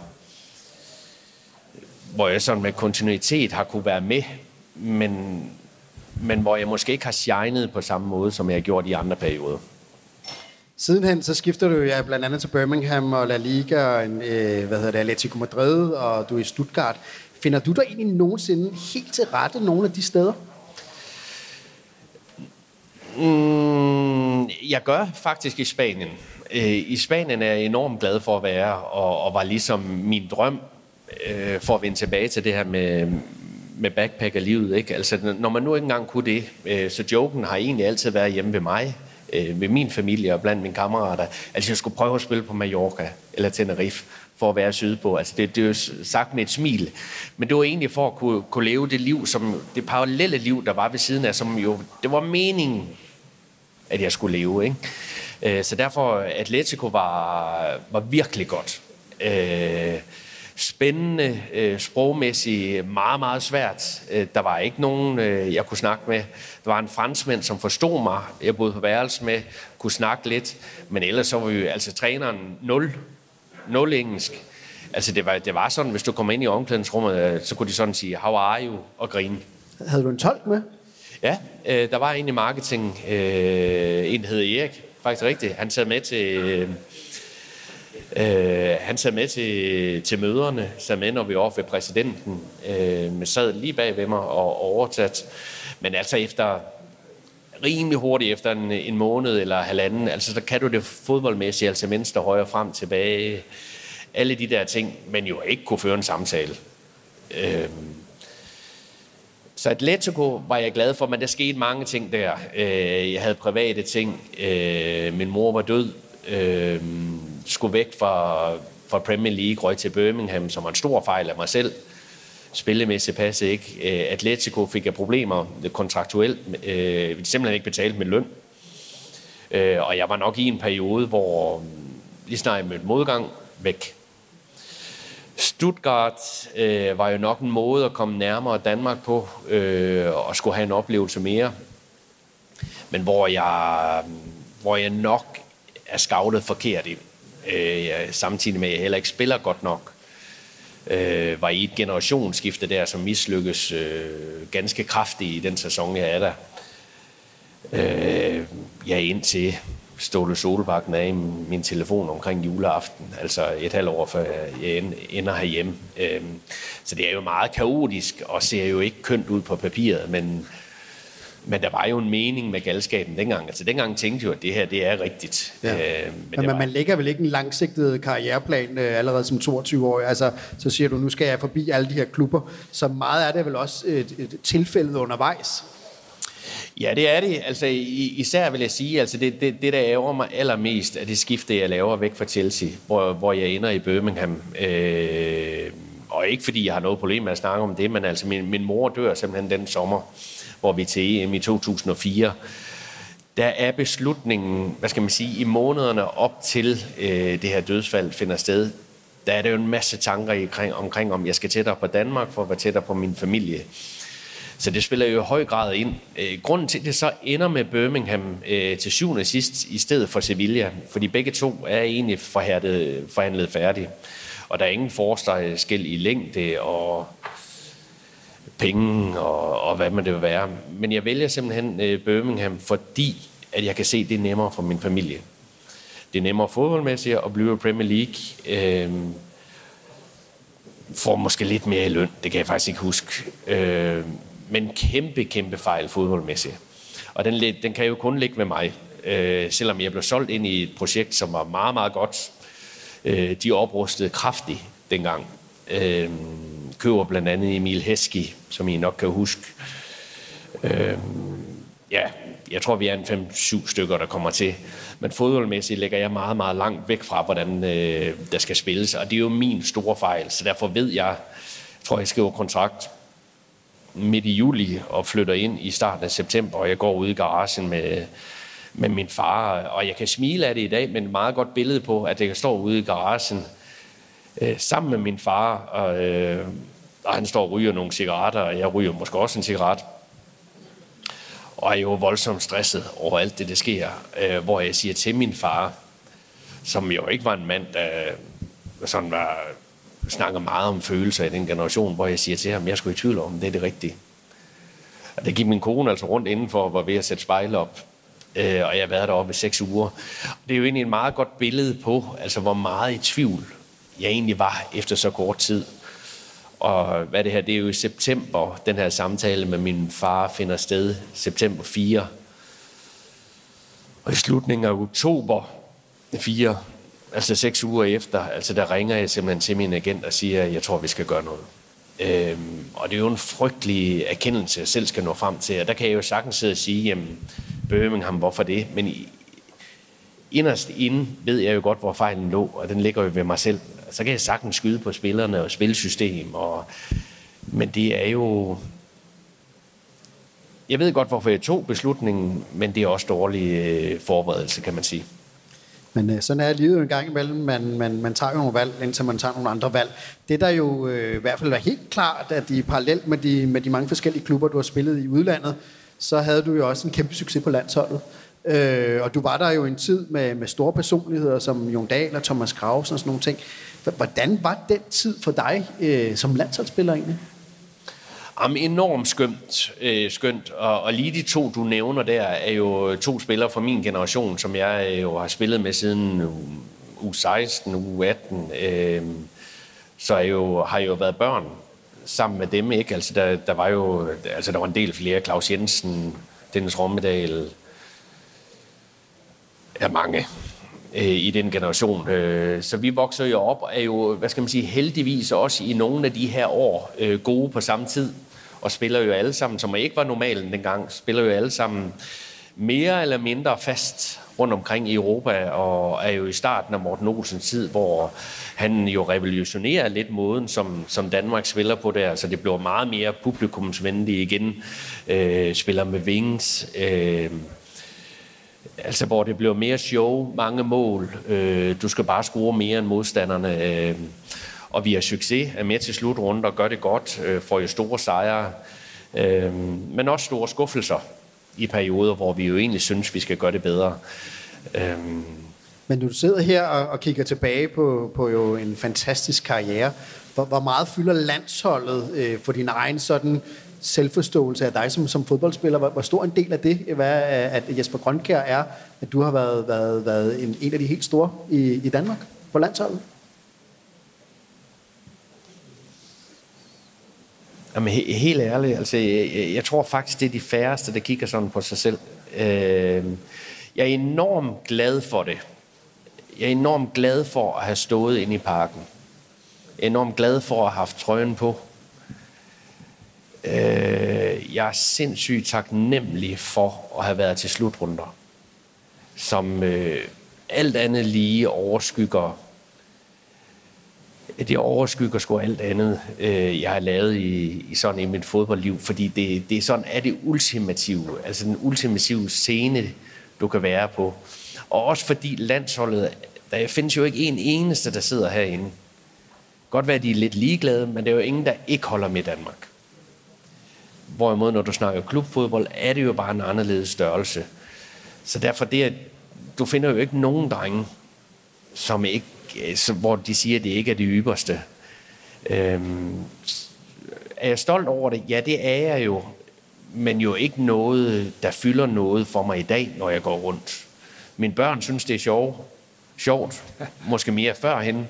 jeg sådan med kontinuitet har kunne være med, men hvor jeg måske ikke har shined på samme måde, som jeg har gjort i andre perioder. Sidenhen så skifter du ja blandt andet til Birmingham og La Liga og Atletico Madrid, og du er i Stuttgart. Finder du dig egentlig nogensinde helt til rette nogle af de steder? Jeg gør faktisk i Spanien. I Spanien er jeg enormt glad for at være, og var ligesom min drøm for at vende tilbage til det her med backpackerlivet, ikke? Altså, når man nu ikke engang kunne det, så joken har egentlig altid været hjemme ved mig, med min familie og blandt mine kammerater. Altså, jeg skulle prøve at spille på Mallorca eller Tenerife for at være sydpå. Altså, det er jo sagt med et smil. Men det var egentlig for at kunne leve det liv, det parallelle liv, der var ved siden af, som jo, det var meningen, at jeg skulle leve, ikke? Så derfor, Atletico var virkelig godt. Spændende, sprogmæssigt, meget, meget svært. Der var ikke nogen, jeg kunne snakke med. Der var en franskmand, som forstod mig. Jeg boede på værelse med, kunne snakke lidt. Men ellers så var vi altså træneren 0 engelsk. Altså det var sådan, hvis du kom ind i omklædningsrummet, så kunne de sådan sige, how are you? Og grine. Havde du en tolk med? Ja, der var en i marketing, en hed Erik, faktisk rigtigt. Han sad med til møderne, sad med, når vi var ved præsidenten, sad lige bag ved mig og oversat. Men altså rimelig hurtigt efter en måned eller halvanden, altså der kan du det fodboldmæssigt, altså venstre, højre, frem, tilbage, alle de der ting, men jo ikke kunne føre en samtale. Så Atletico var jeg glad for, men der skete mange ting der. Jeg havde private ting. Min mor var død. Skulle væk fra Premier League, røg til Birmingham, som var en stor fejl af mig selv. Spillemæssigt passede ikke. Atletico fik jeg problemer kontraktuelt. Simpelthen ikke betalt med løn. Og jeg var nok i en periode, hvor lige snart jeg mødte modgang, væk. Stuttgart var jo nok en måde at komme nærmere Danmark på, og skulle have en oplevelse mere. Men hvor jeg nok er scoutet forkert i. Samtidig med, at jeg heller ikke spiller godt nok. Var i et generationsskifte der, som mislykkes ganske kraftigt i den sæson, jeg er der. Jeg er indtil Ståle Solbakken af i min telefon omkring juleaften, altså et halvt år før jeg ender herhjemme. Så det er jo meget kaotisk, og ser jo ikke kønt ud på papiret, men der var jo en mening med galskaben dengang. Altså dengang tænkte jeg jo, at det her, det er rigtigt. Ja. Men man lægger vel ikke en langsigtet karriereplan allerede som 22-årig? Altså, så siger du, nu skal jeg forbi alle de her klubber. Så meget er det vel også et tilfælde undervejs? Ja, det er det. Altså, især vil jeg sige, altså det der ærger mig allermest, er det skifte, jeg laver væk fra Chelsea, hvor jeg ender i Birmingham. Og ikke fordi jeg har noget problem med at snakke om det, men altså min mor dør simpelthen den sommer, hvor vi til EM i 2004. Der er beslutningen, hvad skal man sige, i månederne op til det her dødsfald finder sted, der er der jo en masse tanker omkring, om jeg skal tættere på Danmark for at være tættere på min familie. Så det spiller jo i høj grad ind. Grunden til, at det så ender med Birmingham til syvende og sidst, i stedet for Sevilla, fordi begge to er egentlig forhandlet færdige. Og der er ingen forskel i længde og penge og hvad man det vil være. Men jeg vælger simpelthen Birmingham, fordi at jeg kan se, at det er nemmere for min familie. Det er nemmere fodboldmæssigt at blive i Premier League. Får måske lidt mere i løn, det kan jeg faktisk ikke huske. Men kæmpe fejl fodboldmæssigt. Og den kan jo kun ligge med mig. Selvom jeg blev solgt ind i et projekt, som var meget, meget godt. De oprustede kraftigt dengang. Køber blandt andet Emil Heskey, som I nok kan huske. Jeg tror, vi er en 5-7 stykker, der kommer til. Men fodboldmæssigt ligger jeg meget, meget langt væk fra, hvordan der skal spilles. Og det er jo min store fejl, så derfor ved jeg tror, jeg skriver kontrakt midt i juli og flytter ind i starten af september, og jeg går ud i garagen med min far. Og jeg kan smile af det i dag, men et meget godt billede på, at jeg står ude i garagen sammen med min far, og han står og ryger nogle cigaretter, og jeg ryger måske også en cigaret. Og er jo voldsomt stresset over alt det, der sker, hvor jeg siger til min far, som jo ikke var en mand, der sådan snakker meget om følelser i den generation, hvor jeg siger til ham, jeg skulle i tvivl om, det er det rigtige. Og det gik min kone altså rundt indenfor, og var ved at sætte spejl op. Og jeg har været deroppe i 6 uger. Og det er jo egentlig et meget godt billede på, altså hvor meget i tvivl jeg egentlig var efter så kort tid. Og hvad det her, det er jo i september, den her samtale med min far finder sted, september 4. Og i slutningen af oktober 4, altså 6 uger efter, altså der ringer jeg simpelthen til min agent og siger, at jeg tror, vi skal gøre noget. Og det er jo en frygtelig erkendelse, jeg selv skal nå frem til. Og der kan jeg jo sagtens sidde og sige, jamen Birmingham, hvorfor det? Men inderst inde ved jeg jo godt, hvor fejlen lå, og den ligger jo ved mig selv. Så kan jeg sagtens skyde på spillerne og spilsystem, men det er jo... Jeg ved godt, hvorfor jeg tog beslutningen, men det er også dårlig forberedelse, kan man sige. Men sådan er livet jo en gang imellem. Man tager jo nogle valg, indtil man tager nogle andre valg. Det der jo i hvert fald var helt klart, at i parallelt med de mange forskellige klubber, du har spillet i udlandet, så havde du jo også en kæmpe succes på landsholdet. Og du var der jo en tid med store personligheder som Jon Dahl og Thomas Krausen og sådan nogle ting. Hvordan var den tid for dig som landsholdsspiller egentlig? Enormt skønt, og lige de to, du nævner der, er jo 2 spillere fra min generation, som jeg jo har spillet med siden U16, U18, så har jeg jo været børn sammen med dem, ikke? Altså der var jo, altså der var en del flere, Claus Jensen, Dennis Rommedal, mange i den generation. Så vi vokser jo op og er jo, hvad skal man sige, heldigvis også i nogle af de her år gode på samme tid, og spiller jo alle sammen, som ikke var normalen dengang, spiller jo alle sammen mere eller mindre fast rundt omkring i Europa, og er jo i starten af Morten Olsens tid, hvor han jo revolutionerer lidt måden, som Danmark spiller på der, så det bliver meget mere publikumsvenligt igen, spiller med wings, altså hvor det bliver mere show, mange mål, du skal bare score mere end modstanderne, og vi har succes, er med til slutrunden og gør det godt, får jo store sejre, men også store skuffelser i perioder, hvor vi jo egentlig synes, vi skal gøre det bedre. Men når du sidder her og kigger tilbage på jo en fantastisk karriere, hvor meget fylder landsholdet for din egen sådan selvforståelse af dig som fodboldspiller? Hvor stor en del af det, at Jesper Grønkjær er, at du har været en af de helt store i Danmark på landsholdet? Jamen, helt ærligt, altså, jeg tror faktisk, det er de færreste, der kigger sådan på sig selv. Jeg er enormt glad for det. Jeg er enormt glad for at have stået inde i parken. Jeg er enormt glad for at have haft trøjen på. Jeg er sindssygt taknemmelig for at have været til slutrunder, som alt andet lige overskygger. Det overskygger sgu alt andet, jeg har lavet i mit fodboldliv, fordi det sådan er det ultimative, altså den ultimative scene, du kan være på. Og også fordi landsholdet, der findes jo ikke en eneste, der sidder herinde. Godt være, at de er lidt ligeglade, men der er jo ingen, der ikke holder med Danmark. Hvorimod, når du snakker klubfodbold, er det jo bare en anderledes størrelse. Så derfor du finder jo ikke nogen drenge, som ikke, hvor de siger, at det ikke er det ypperste. Er jeg stolt over det? Ja, det er jeg jo. Men jo ikke noget, der fylder noget for mig i dag, når jeg går rundt. Mine børn synes, det er sjovt. Måske mere førhen.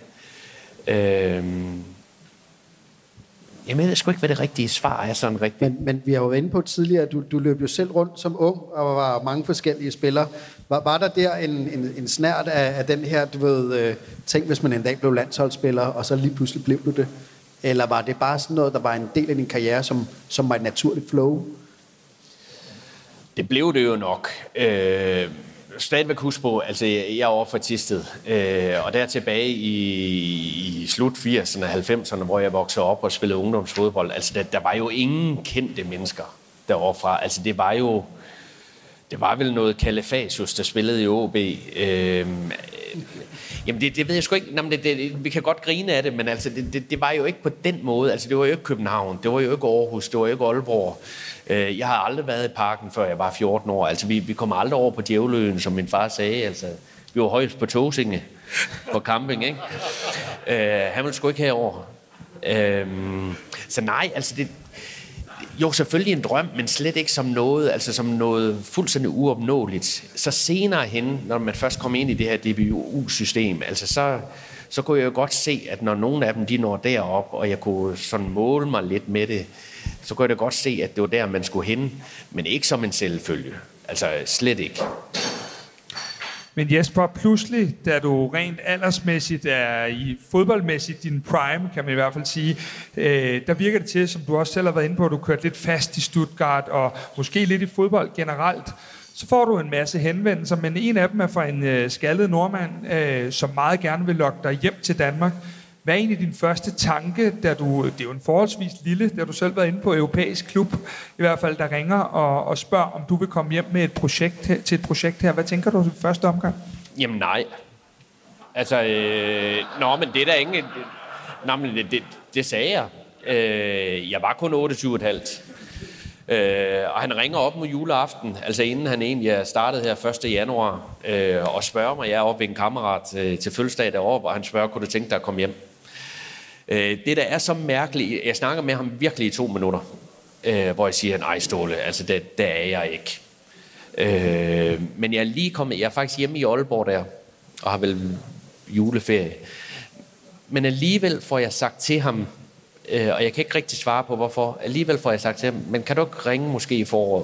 Jeg ved sgu ikke, hvad det rigtige svar er sådan rigtigt. Men vi har jo været inde på tidligere, at du løb jo selv rundt som ung, og var mange forskellige spillere. Var der en snært af den her, du ved, tænk, hvis man en dag blev landsholdsspiller, og så lige pludselig blev du det? Eller var det bare sådan noget, der var en del af din karriere, som var et naturligt flow? Det blev det jo nok. Stadigvæk husk på, altså jeg er over fra Thisted, og der tilbage i slut 80'erne og 90'erne, hvor jeg voksede op og spillede ungdomsfodbold, altså der var jo ingen kendte mennesker derovre fra. Altså det var vel noget Kalifasius, der spillede i OB. Jamen det ved jeg sgu ikke. Jamen vi kan godt grine af det, men altså det var jo ikke på den måde. Altså det var jo ikke København, det var jo ikke Aarhus, det var jo ikke Aalborg. Jeg har aldrig været i parken, før jeg var 14 år. Altså vi kom aldrig over på Djævløen, som min far sagde. Altså vi var højst på Tåsinge på camping, ikke? Han ville sgu ikke herover. Så nej, altså jo, selvfølgelig en drøm, men slet ikke som noget fuldstændig uopnåeligt. Så senere hen, når man først kom ind i det her DBU-system, altså så kunne jeg jo godt se, at når nogle af dem, de når derop, og jeg kunne sådan måle mig lidt med det, så kunne jeg da godt se, at det var der, man skulle hen, men ikke som en selvfølge. Altså slet ikke. Men Jesper, pludselig, da du rent aldersmæssigt er i fodboldmæssigt din prime, kan man i hvert fald sige, der virker det til, som du også selv har været inde på, at du kørt lidt fast i Stuttgart, og måske lidt i fodbold generelt. Så får du en masse henvendelser, men en af dem er fra en skaldet nordmand, som meget gerne vil lokke dig hjem til Danmark. Hvad er egentlig din første tanke, det er jo en forholdsvis lille, da du selv været inde på europæisk klub, i hvert fald, der ringer og spørger, om du vil komme hjem med et projekt her. Hvad tænker du i første omgang? Jamen nej. Altså, men det er der ingen... Nå, men det sagde jeg. Jeg var kun 28,5. Og han ringer op mod juleaften, altså inden han egentlig er startet her 1. januar, og spørger mig, jeg er oppe ved en kammerat til fødselsdag deroppe, og han spørger, kunne du tænke dig at komme hjem? Det der er så mærkeligt, jeg snakker med ham virkelig i 2 minutter, hvor jeg siger, nej Ståle, altså der er jeg ikke. Men jeg er faktisk hjemme i Aalborg der, og har vel juleferie. Men alligevel får jeg sagt til ham, og jeg kan ikke rigtig svare på hvorfor, alligevel får jeg sagt til ham, men kan du ikke ringe måske i foråret?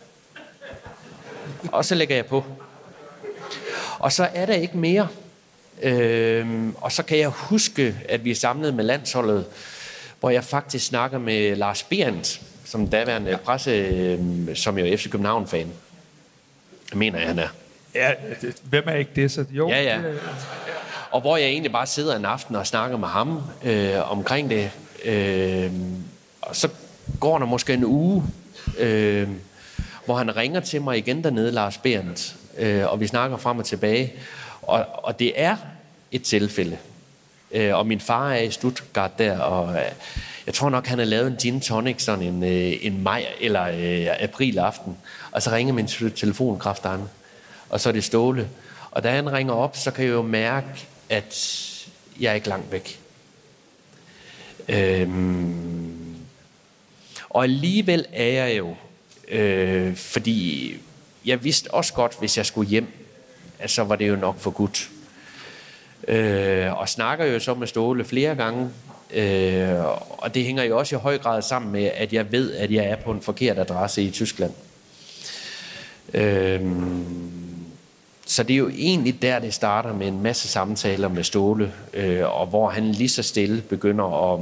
Og så lægger jeg på. Og så er der ikke mere. Og så kan jeg huske, at vi er samlet med landsholdet, hvor jeg faktisk snakker med Lars Behrendt, som daværende presse, som jo er FC København-fan. Jeg mener, han er. Ja, hvem er ikke det? Så jo. Ja. Og hvor jeg egentlig bare sidder en aften og snakker med ham omkring det. Og så går der måske en uge, hvor han ringer til mig igen dernede, Lars Behrendt, og vi snakker frem og tilbage. Og det er et tilfælde. Og min far er i Stuttgart der, og jeg tror nok, han har lavet en gin tonic sådan en maj- eller aprilaften. Og så ringer min telefonkrafterne, og så er det Ståle. Og da han ringer op, så kan jeg jo mærke, at jeg er ikke langt væk. Og alligevel er jeg jo, fordi jeg vidste også godt, hvis jeg skulle hjem, at så var det jo nok for godt. Og snakker jo så med Ståle flere gange, og det hænger jo også i høj grad sammen med, at jeg ved, at jeg er på en forkert adresse i Tyskland. Så det er jo egentlig der, det starter med en masse samtaler med Ståle, og hvor han lige så stille begynder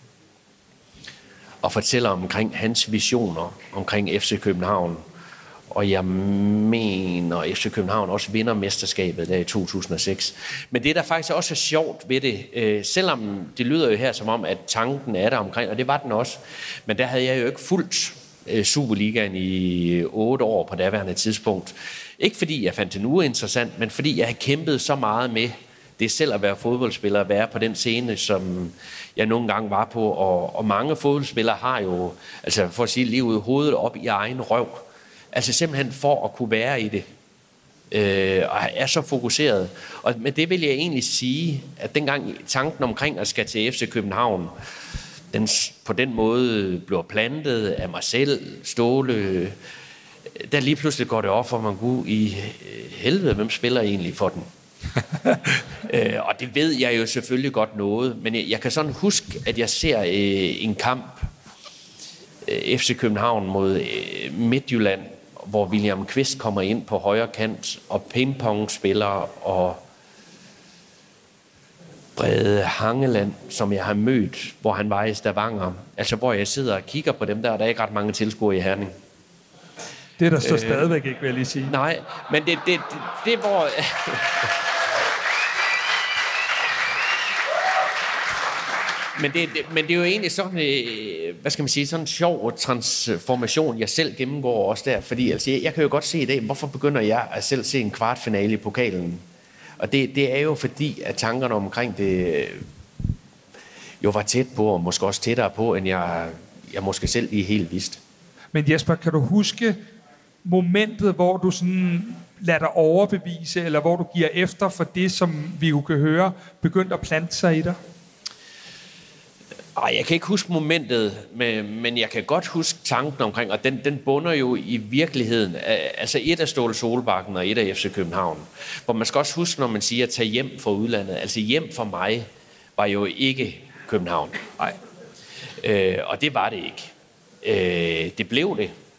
at fortælle omkring hans visioner omkring FC København. Og jeg mener, at FC København også vinder mesterskabet der i 2006. Men det, der faktisk også er sjovt ved det, selvom det lyder jo her som om, at tanken er der omkring, og det var den også, men der havde jeg jo ikke fulgt Superligaen i 8 år på daværende tidspunkt. Ikke fordi jeg fandt det nu interessant, men fordi jeg havde kæmpet så meget med det selv at være fodboldspiller, at være på den scene, som jeg nogle gange var på. Og mange fodboldspillere har jo, altså for at sige lige ud hovedet op i egen røv, altså simpelthen for at kunne være i det, og er så fokuseret. Og med det vil jeg egentlig sige, at dengang tanken omkring at skal til FC København, den på den måde bliver plantet af mig selv, Ståle, der lige pludselig går det op for mig, gud i helvede, hvem spiller egentlig for den? Og det ved jeg jo selvfølgelig godt noget, men jeg kan sådan huske, at jeg ser en kamp, FC København mod Midtjylland, hvor William Kvist kommer ind på højre kant, og pingpong spiller, og Brede Hangeland, som jeg har mødt, hvor han var i Stavanger. Altså, hvor jeg sidder og kigger på dem der, og der er ikke ret mange tilskuere i Herning. Det er der så stadigvæk ikke, vil jeg lige sige. Nej, men det hvor... Men det er jo egentlig sådan, hvad skal man sige, sådan en sjov transformation, jeg selv gennemgår også der. Fordi altså, jeg kan jo godt se i dag, hvorfor begynder jeg at selv se en kvartfinale i pokalen? Og det er jo fordi, at tankerne omkring det jo var tæt på, og måske også tættere på, end jeg måske selv lige helt vidste. Men Jesper, kan du huske momentet, hvor du sådan lader dig overbevise, eller hvor du giver efter for det, som vi jo kan høre, begyndte at plante sig i dig? Jeg kan ikke huske momentet, men jeg kan godt huske tanken omkring, og den bunder jo i virkeligheden, altså et af Ståle Solbakken og et af FC København, hvor man skal også huske, når man siger at tage hjem fra udlandet, altså hjem for mig var jo ikke København. Nej. Og det var det ikke. Det blev det.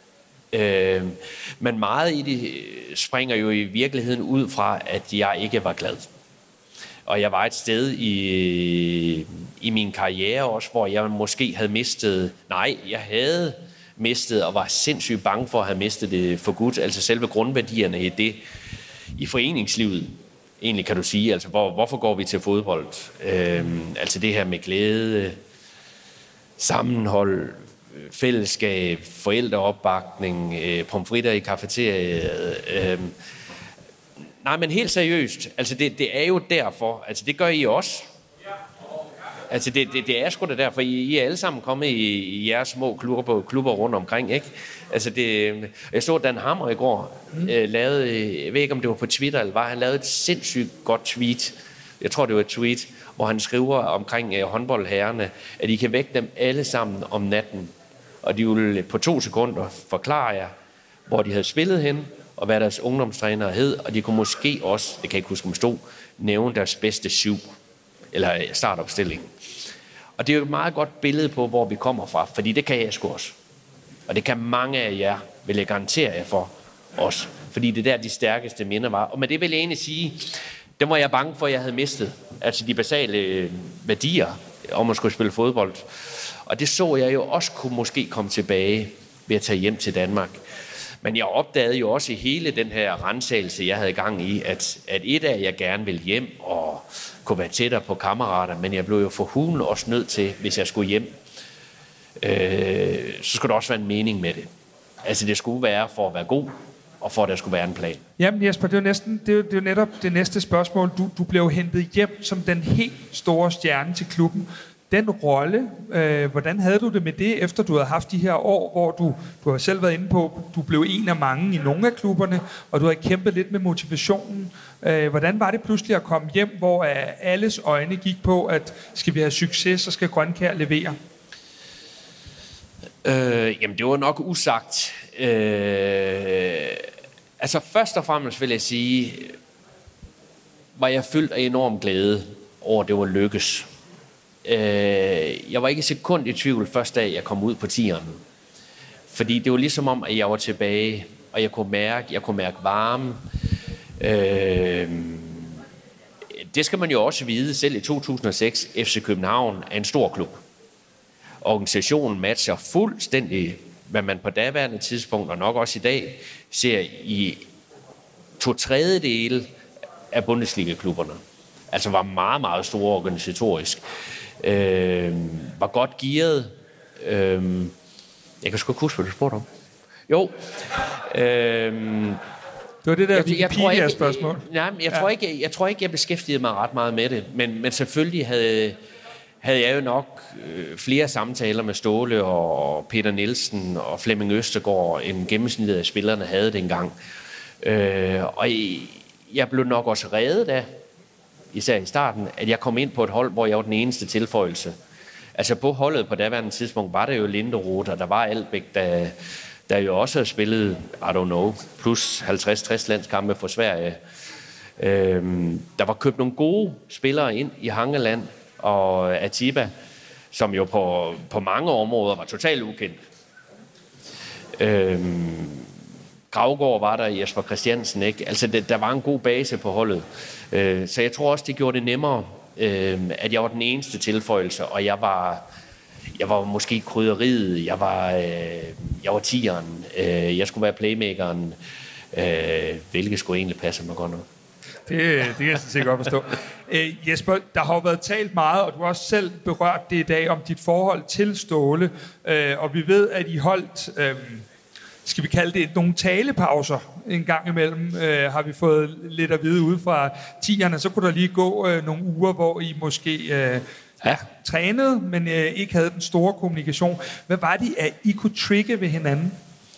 Men meget i det springer jo i virkeligheden ud fra, at jeg ikke var glad. Og jeg var et sted i min karriere også, hvor jeg måske havde mistet... Nej, jeg havde mistet og var sindssygt bange for at have mistet det for godt. Altså selve grundværdierne i det, i foreningslivet, egentlig kan du sige. Altså hvorfor går vi til fodbold? Altså det her med glæde, sammenhold, fællesskab, forældreopbakning, pomfritter i kafeteriet. Nej, men helt seriøst. Altså det er jo derfor. Altså det gør I også. Altså det er sgu da derfor. I er alle sammen kommet i jeres små klubber rundt omkring, ikke? Altså jeg så Dan Hammer i går lavede, jeg ved ikke om det var på Twitter eller hvad, han lavede et sindssygt godt tweet. Jeg tror det var et tweet, hvor han skriver omkring håndboldherrerne, at I kan vække dem alle sammen om natten, og de vil på 2 sekunder forklare jer, hvor de havde spillet hen, og hvad deres ungdomstrænere hed, og de kunne måske også, det kan jeg ikke huske om stod, nævne deres bedste 7, eller startopstilling. Og det er jo et meget godt billede på, hvor vi kommer fra, fordi det kan jeg sgu også. Og det kan mange af jer, vil jeg garantere jer for, også. Fordi det er der, de stærkeste minder var. Og med det vil jeg egentlig sige, dem var jeg bange for, at jeg havde mistet. Altså de basale værdier, om at skulle spille fodbold. Og det så jeg jo også kunne måske komme tilbage ved at tage hjem til Danmark. Men jeg opdagede jo også i hele den her ransagelse, jeg havde gang i, at et af jeg gerne ville hjem og kunne være tættere på kammerater, men jeg blev jo for hulen også nødt til, hvis jeg skulle hjem, så skulle der også være en mening med det. Altså det skulle være for at være god, og for at der skulle være en plan. Jamen Jesper, det er jo netop det næste spørgsmål. Du blev hentet hjem som den helt store stjerne til klubben. Den rolle, hvordan havde du det med det, efter du havde haft de her år, hvor du har selv været inde på, du blev en af mange i nogle af klubberne, og du har kæmpet lidt med motivationen. Hvordan var det pludselig at komme hjem, hvor alles øjne gik på, at skal vi have succes, så skal Grønkjær levere? Jamen det var nok usagt. Altså først og fremmest vil jeg sige, var jeg fyldt af enorm glæde over, at det var lykkes. Jeg var ikke et sekund i tvivl første dag, jeg kom ud på 10'eren. Fordi det var ligesom om, at jeg var tilbage, og jeg kunne mærke varme. Det skal man jo også vide, selv i 2006, FC København er en stor klub. Organisationen matcher fuldstændig, hvad man på daværende tidspunkt, og nok også i dag, ser i 2/3 af Bundesliga-klubberne. Altså var meget, meget store organisatorisk. Var godt gearet. Jeg kan sgu ikke huske, hvad du spurgte om. Jo. Det var det der Wikipedia-spørgsmål. Nej, jeg tror ikke, jeg beskæftigede mig ret meget med det. Men selvfølgelig havde jeg jo nok flere samtaler med Ståle og Peter Nielsen og Flemming Østergaard, end gennemsnittet af spillerne havde dengang. Og jeg blev nok også reddet af, især i starten, at jeg kom ind på et hold, hvor jeg var den eneste tilføjelse. Altså på holdet på daværende tidspunkt var der jo Linderoth, og der var Albæk, der jo også havde spillet, I don't know, plus 50-60 landskampe for Sverige. Der var købt nogle gode spillere ind i Hangeland og Atiba, som jo på mange områder var totalt ukendt. Gravgaard var der, Jesper Christiansen, ikke? Altså, der var en god base på holdet. Så jeg tror også, det gjorde det nemmere, at jeg var den eneste tilføjelse, og jeg var måske krydderiet, jeg var tieren, jeg skulle være playmakeren, hvilket skulle egentlig passe mig godt nok. Det kan jeg sikkert godt forstå. Jesper, der har jo været talt meget, og du har også selv berørt det i dag, om dit forhold til Ståle, og vi ved, at I holdt... skal vi kalde det nogle talepauser en gang imellem, har vi fået lidt at vide ude fra 10'erne, så kunne der lige gå nogle uger, hvor I måske trænede, men ikke havde den store kommunikation. Hvad var det, at I kunne trigge ved hinanden?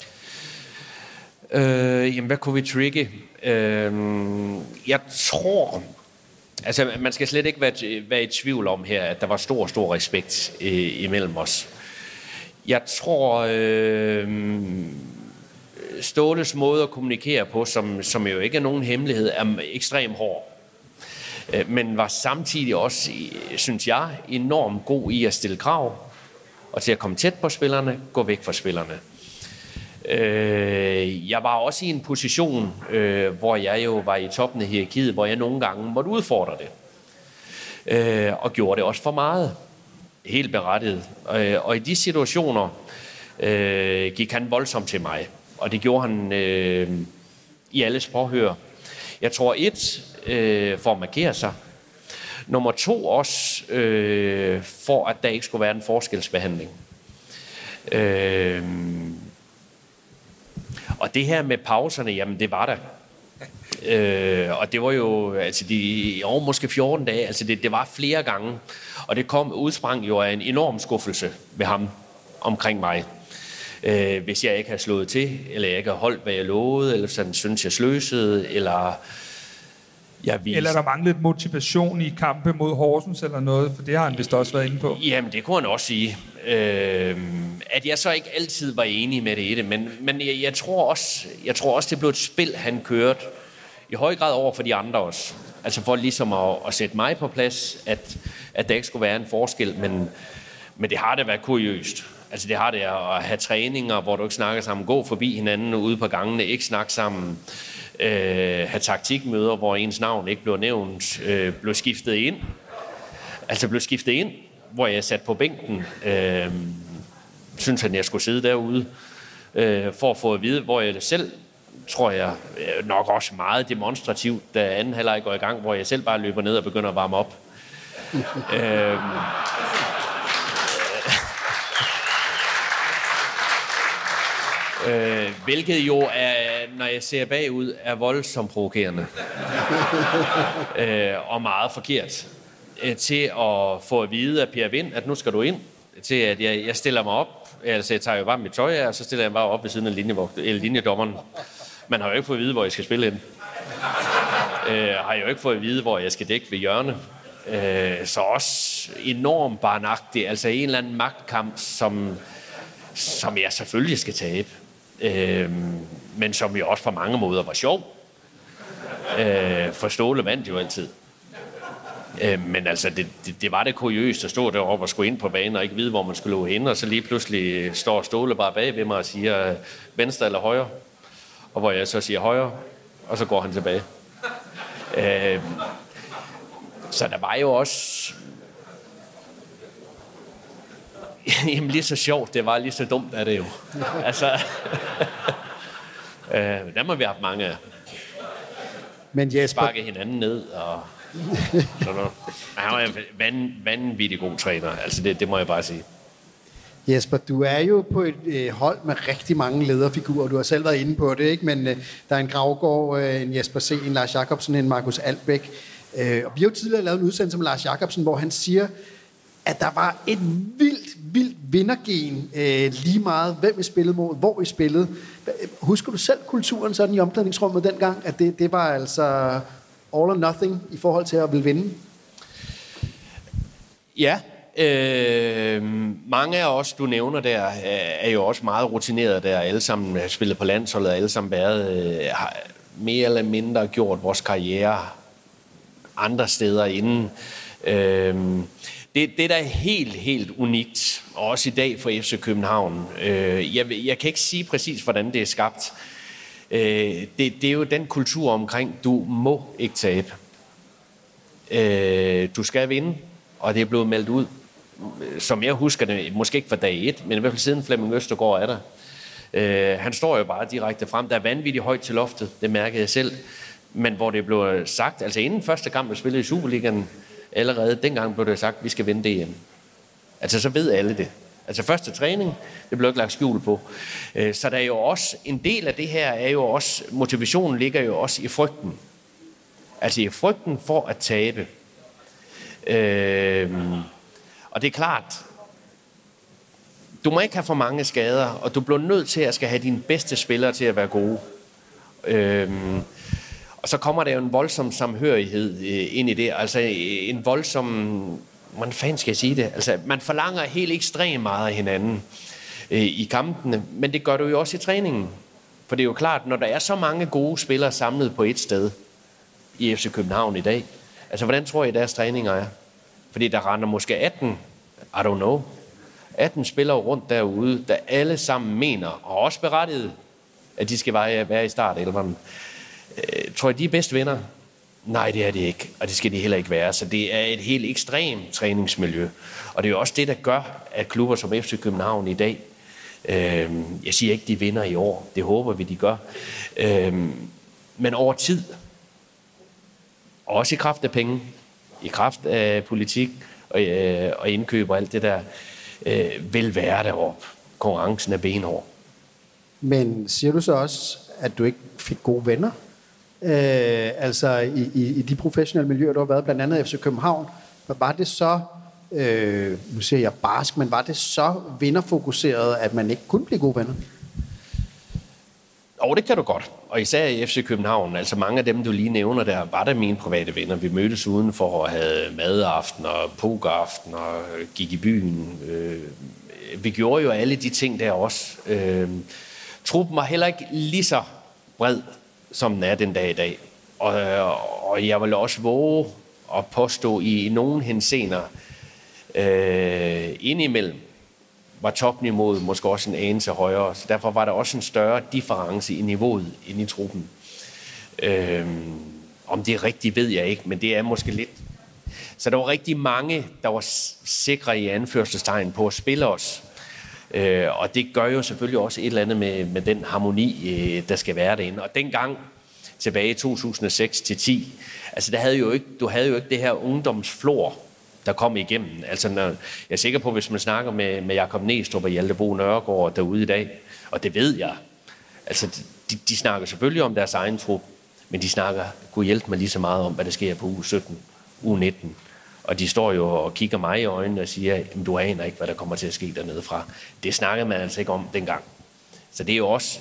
Jamen, hvad kunne vi trigge? Jeg tror... Altså, man skal slet ikke være i tvivl om her, at der var stor respekt imellem os. Jeg tror... Ståles måde at kommunikere på, som jo ikke er nogen hemmelighed, er ekstremt hård. Men var samtidig også, synes jeg, enormt god i at stille krav, og til at komme tæt på spillerne, gå væk fra spillerne. Jeg var også i en position, hvor jeg jo var i toppen af hierarkiet, hvor jeg nogle gange måtte udfordre det. Og gjorde det også for meget. Helt berettiget. Og i de situationer gik han voldsomt til mig. Og det gjorde han i alles påhør. Jeg tror for at markere sig. Nummer 2 også for, at der ikke skulle være en forskelsbehandling. Og det her med pauserne, jamen det var der. Og det var jo altså måske 14 dage, altså det var flere gange. Og det udsprang jo af en enorm skuffelse ved ham omkring mig. Hvis jeg ikke havde slået til, eller jeg ikke havde holdt, hvad jeg lovede, eller sådan synes jeg sløsede, eller eller der manglede motivation i kampe mod Horsens eller noget, for det har han vist også været inde på. Jamen, det kunne han også sige. At jeg så ikke altid var enig med det i det, men jeg tror også, det blev et spil, han kørte i høj grad over for de andre også. Altså for ligesom at sætte mig på plads, at der ikke skulle være en forskel, men det har da været kuriøst. Altså det har det at have træninger, hvor du ikke snakker sammen, gå forbi hinanden ude på gangene, ikke snakke sammen, have taktikmøder, hvor ens navn ikke blev nævnt, blev skiftet ind. Altså blev skiftet ind, hvor jeg sat på bænken. Synes han, jeg skulle sidde derude for at få at vide, hvor jeg selv, tror jeg, nok også meget demonstrativt, da anden halvleg går i gang, hvor jeg selv bare løber ned og begynder at varme op. Hvilket jo er, når jeg ser bagud, er voldsomt provokerende og meget forkert til at få at vide af Per Vind, at nu skal du ind, til at jeg stiller mig op, altså jeg tager jo bare mit tøj af, og så stiller jeg bare op ved siden af linjedommeren. Man har jo ikke fået at vide, hvor jeg skal spille ind. Har jo ikke fået at vide, hvor jeg skal dække ved hjørne. Så også enormt barnagtigt, altså en eller anden magtkamp, som jeg selvfølgelig skal tabe. Men som jo også på mange måder var sjov. For Ståle vandt jo altid. Men altså, det var det kuriøst at stå deroppe og skulle ind på banen og ikke vide, hvor man skulle løbe hen, og så lige pludselig står Ståle bare bag ved mig og siger venstre eller højre. Og hvor jeg så siger højre, og så går han tilbage. Så der var jo også... Jamen lige så sjovt, det var lige så dumt er det jo. Altså, der må vi have haft mange af. Men Jesper... Sparke hinanden ned og sådan noget. Han var en vanvittig god træner, altså det må jeg bare sige. Jesper, du er jo på et hold med rigtig mange lederfigurer. Du har selv været inde på det, ikke? Men der er en Gravgaard, en Jesper C., en Lars Jacobsen, en Markus Albæk. Og vi har jo tidligere lavet en udsendelse med Lars Jacobsen, hvor han siger, at der var et vildt vindergen, lige meget hvem vi spillede mod, hvor vi spillede. Husker du selv kulturen sådan i omklædningsrummet dengang, at det var altså all or nothing i forhold til at ville vinde? Ja, mange af os, du nævner der, er jo også meget rutineret der. Alle sammen har spillet på landsholdet, alle sammen været, har mere eller mindre gjort vores karriere andre steder inden. Det der er helt unikt, og også i dag for FC København. Jeg kan ikke sige præcis, hvordan det er skabt. Det er jo den kultur omkring, du må ikke tabe. Du skal vinde, og det er blevet meldt ud. Som jeg husker det, måske ikke fra dag 1, men i hvert fald siden Flemming Østergaard er der. Han står jo bare direkte frem. Der er vanvittigt højt til loftet, det mærkede jeg selv. Men hvor det blev sagt, altså inden første kamp, vi spillede i Superligaen, allerede dengang blev det sagt, at vi skal vinde DM. Altså så ved alle det. Altså første træning, det blev ikke lagt skjul på. Så der er jo også, en del af det her er jo også, motivationen ligger jo også i frygten. Altså i frygten for at tabe. Og det er klart, du må ikke have for mange skader, og du bliver nødt til at skal have dine bedste spillere til at være gode. Og så kommer der jo en voldsom samhørighed ind i det, altså en voldsom, hvordan fanden skal jeg sige det, altså man forlanger helt ekstremt meget af hinanden i kampene, men det gør du jo også i træningen. For det er jo klart, når der er så mange gode spillere samlet på et sted i FC København i dag, altså hvordan tror I deres træninger er? Fordi der render måske 18, I don't know. 18 spillere rundt derude, der alle sammen mener, og også berettiget, at de skal være i startelveren. Tror jeg, de er bedste venner? Nej, det er det ikke, og det skal de heller ikke være. Så det er et helt ekstremt træningsmiljø. Og det er jo også det, der gør, at klubber som FC København i dag, jeg siger ikke, de vinder i år, det håber vi, de gør, men over tid, også i kraft af penge, i kraft af politik og indkøb og alt det der, vil være deroppe. Konkurrencen er benhård. Men siger du så også, at du ikke fik gode venner? Altså i de professionelle miljøer, du har været, blandt andet FC København, var det så, nu siger jeg barsk, men var det så vinderfokuseret, at man ikke kunne blive gode venner? Og det kan du godt. Og især i FC København, altså mange af dem, du lige nævner der, var der mine private venner. Vi mødtes udenfor og havde madaften og pokeraften og gik i byen. Vi gjorde jo alle de ting der også. Truppen var heller ikke lige så bred, som den er den dag i dag. Og jeg vil også våge at påstå i nogle henseender indimellem var topniveauet måske også en anelse højere, så derfor var der også en større difference i niveauet inde i truppen. Om det er rigtigt, ved jeg ikke, men det er måske lidt. Så der var rigtig mange, der var sikre i anførselstegn på at spille os. Og det gør jo selvfølgelig også et eller andet med den harmoni, der skal være derinde. Og dengang, tilbage i 2006-10, altså du havde jo ikke det her ungdomsflor, der kom igennem. Altså, jeg er sikker på, hvis man snakker med Jakob Næstrup og Hjalte Bo Nørgaard derude i dag, og det ved jeg, altså de snakker selvfølgelig om deres egen trup, men de snakker, kunne hjælpe mig lige så meget om, hvad der sker på uge 17, uge 19. Og de står jo og kigger mig i øjnene og siger, at du aner ikke, hvad der kommer til at ske dernede fra. Det snakkede man altså ikke om dengang. Så det er jo også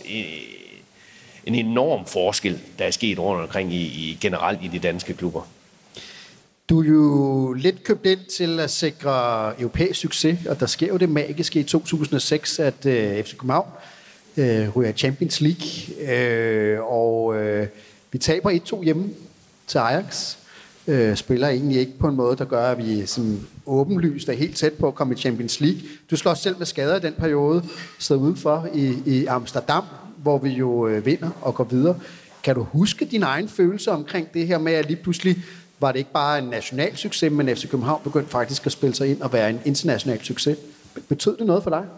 en enorm forskel, der er sket rundt omkring generelt i de danske klubber. Du er jo lidt købt ind til at sikre europæisk succes, og der sker jo det magiske i 2006, at FC København ryger Champions League, og vi taber 1-2 hjemme til Ajax. Spiller egentlig ikke på en måde, der gør, at vi sådan åbenlyst er helt tæt på at komme i Champions League. Du slår selv med skader i den periode, sidder udenfor i Amsterdam, hvor vi jo vinder og går videre. Kan du huske dine egne følelser omkring det her med, at lige pludselig var det ikke bare en national succes, men FC København begyndte faktisk at spille sig ind og være en international succes? Betød det noget for dig?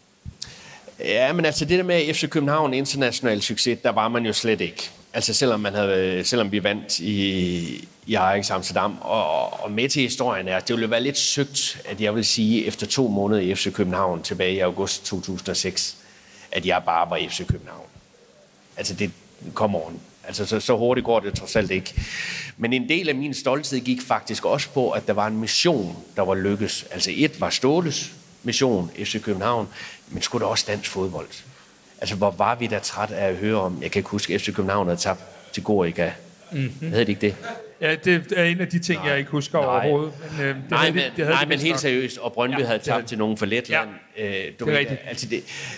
Ja, men altså det der med FC København international succes, der var man jo slet ikke. Altså selvom vi vandt i Ajax Amsterdam, og med til historien er, det ville være lidt søgt, at jeg vil sige, efter 2 måneder i FC København tilbage i august 2006, at jeg bare var FC København. Altså det kom oven. Altså så hurtigt går det trods alt ikke. Men en del af min stolthed gik faktisk også på, at der var en mission, der var lykkes. Altså et var Ståles mission, FC København, men skulle der også dansk fodbold. Altså hvor var vi da træt af at høre om, jeg kan ikke huske, FC København havde tabt til Gorica. Mm-hmm. Havde det ikke det? Ja, det er en af de ting, jeg ikke husker overhovedet. Men, men helt seriøst, og Brøndby havde tabt til nogen for Letland. Ja, det er rigtigt. Altså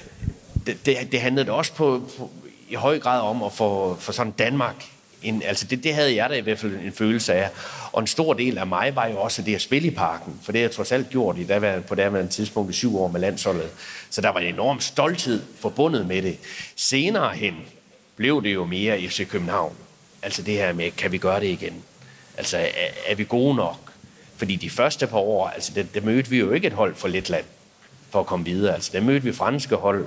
det handlede også på i høj grad om at få sådan Danmark ind. Altså det havde jeg da i hvert fald en følelse af. Og en stor del af mig var jo også det at spille i Parken, for det har jeg trods alt gjort på det tidspunkt i 7 år med landsholdet. Så der var en enorm stolthed forbundet med det. Senere hen blev det jo mere FC København. Altså det her med, kan vi gøre det igen? Altså er vi gode nok? Fordi de første par år, altså der mødte vi jo ikke et hold for Letland for at komme videre. Altså der mødte vi franske hold,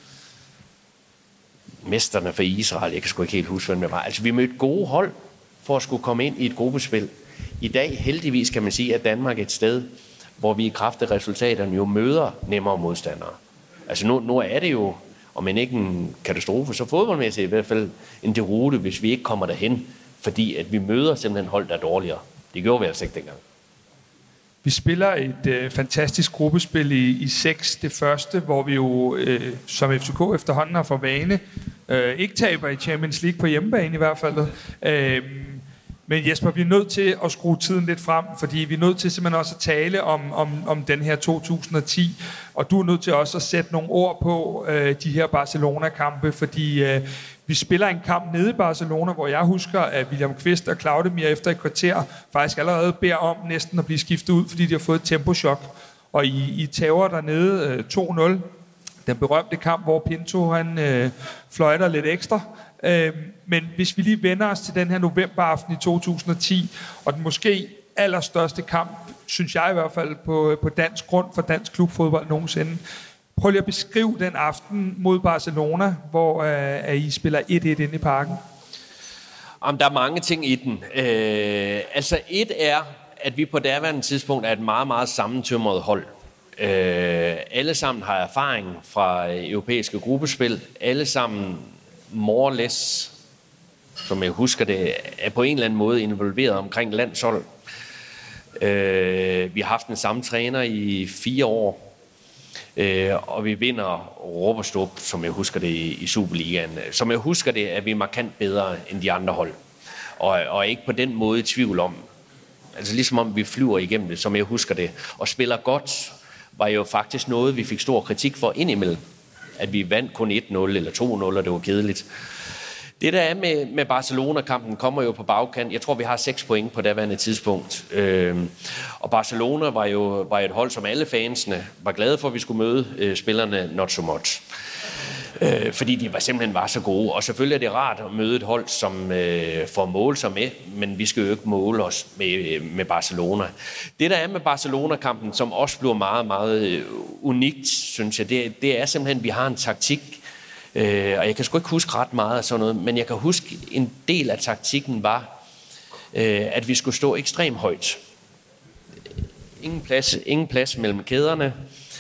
mesterne for Israel, jeg kan sgu ikke helt huske, hvem det var. Altså vi mødte gode hold for at skulle komme ind i et gruppespil. I dag, heldigvis kan man sige, at Danmark er et sted, hvor vi i kraft af resultaterne jo møder nemmere modstandere. Altså nu er det jo, om end ikke en katastrofe, så fodboldmæssigt i hvert fald en derute, hvis vi ikke kommer derhen, fordi at vi møder simpelthen hold, der er dårligere. Det gjorde vi altså ikke dengang. Vi spiller et fantastisk gruppespil i 6, det første, hvor vi jo som FCK efterhånden har for vane ikke taber i Champions League på hjemmebane i hvert fald. Men Jesper, vi er nødt til at skrue tiden lidt frem, fordi vi er nødt til simpelthen også at tale om den her 2010, og du er nødt til også at sætte nogle ord på de her Barcelona-kampe, fordi vi spiller en kamp nede i Barcelona, hvor jeg husker, at William Kvist og Claudemir efter et kvarter faktisk allerede beder om næsten at blive skiftet ud, fordi de har fået et tempochok. og I tager dernede 2-0. Den berømte kamp, hvor Pinto han fløjter lidt ekstra. Men hvis vi lige vender os til den her novemberaften i 2010, og den måske allerstørste kamp, synes jeg i hvert fald, på dansk grund for dansk klubfodbold nogensinde. Prøv lige at beskrive den aften mod Barcelona, hvor I spiller 1-1 inde i parken. Der er mange ting i den. Altså et er, at vi på daværende tidspunkt er et meget, meget sammentømret hold. Alle sammen har erfaring fra europæiske gruppespil. Alle sammen more or less, som jeg husker det, er på en eller anden måde involveret omkring landshold. Vi har haft den samme træner i 4 år, og vi vinder Råberstrup, som jeg husker det, i Superligaen. Som jeg husker det, er vi markant bedre end de andre hold. Og ikke på den måde i tvivl om. Altså ligesom om vi flyver igennem det, som jeg husker det. Og spiller godt var jo faktisk noget, vi fik stor kritik for indimellem. At vi vandt kun 1-0 eller 2-0, og det var kedeligt. Det der er med Barcelona-kampen kommer jo på bagkant. Jeg tror, vi har 6 point på daværende tidspunkt. Og Barcelona var et hold, som alle fansene var glade for, at vi skulle møde spillerne not so much. Fordi de simpelthen var så gode. Og selvfølgelig er det rart at møde et hold, som får mål sig med, men vi skal jo ikke måle os med Barcelona. Det der er med Barcelona-kampen, som også blev meget, meget unikt, synes jeg, det er simpelthen, at vi har en taktik. Og jeg kan sgu ikke huske ret meget af sådan noget, men jeg kan huske, en del af taktikken var, at vi skulle stå ekstremt højt. Ingen plads mellem kæderne.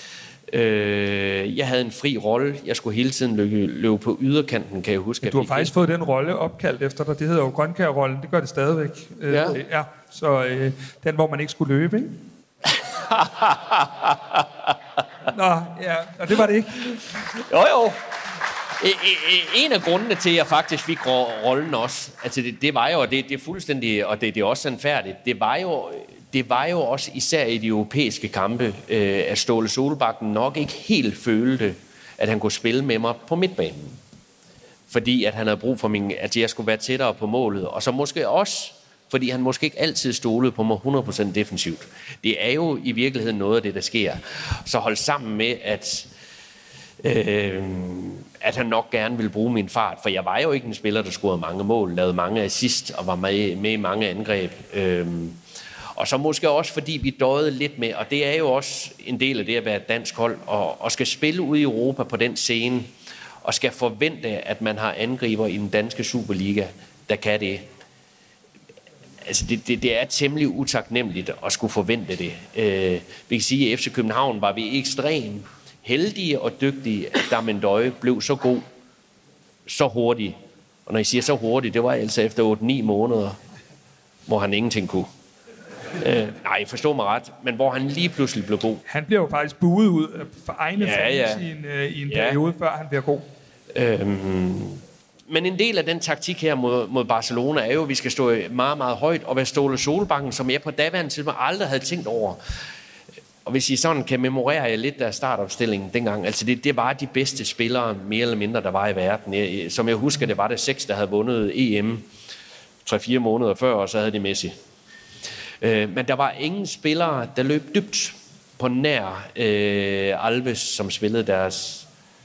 Jeg havde en fri rolle. Jeg skulle hele tiden løbe på yderkanten, kan jeg huske. Ja, du har faktisk fået den rolle opkaldt efter dig. Det hedder jo grønkærrollen. Det gør det stadigvæk. Ja. Så den, hvor man ikke skulle løbe, ikke? Nå, ja. Og det var det ikke. Jo. En af grundene til, at jeg faktisk fik rollen også, altså det var jo, og det er fuldstændig, og det er også sandfærdigt, det var jo også især i de europæiske kampe, at Ståle Solbakken nok ikke helt følte, at han kunne spille med mig på midtbanen. Fordi at han havde brug for at jeg skulle være tættere på målet, og så måske også, fordi han måske ikke altid stolede på mig 100% defensivt. Det er jo i virkeligheden noget af det, der sker. Så hold sammen med, at han nok gerne ville bruge min fart, for jeg var jo ikke en spiller, der scorede mange mål, lavede mange assist og var med i mange angreb. Og så måske også, fordi vi døjede lidt med, og det er jo også en del af det at være et dansk hold, og skal spille ude i Europa på den scene, og skal forvente, at man har angriber i den danske Superliga, der kan det. Altså det er temmelig utaknemmeligt at skulle forvente det. Vi kan sige, at FC København var vi ekstremt heldige og dygtige, at Damendøje blev så god, så hurtigt. Og når jeg siger så hurtigt, det var altså efter 8-9 måneder, hvor han ingenting kunne. Nej, forstå mig ret, men hvor han lige pludselig blev god. Han bliver jo faktisk buet ud for egne fans i en periode, før han bliver god. Men en del af den taktik her mod Barcelona er jo, at vi skal stå meget, meget højt, og være Ståle Solbakken, som jeg på daværende tidspunkt aldrig havde tænkt over. Og hvis I sådan kan memorere lidt af startopstillingen dengang, altså det var de bedste spillere, mere eller mindre, der var i verden. Som jeg husker, det var det 6, der havde vundet EM 3-4 måneder før, og så havde de Messi. Men der var ingen spillere, der løb dybt på nær Alves, som spillede deres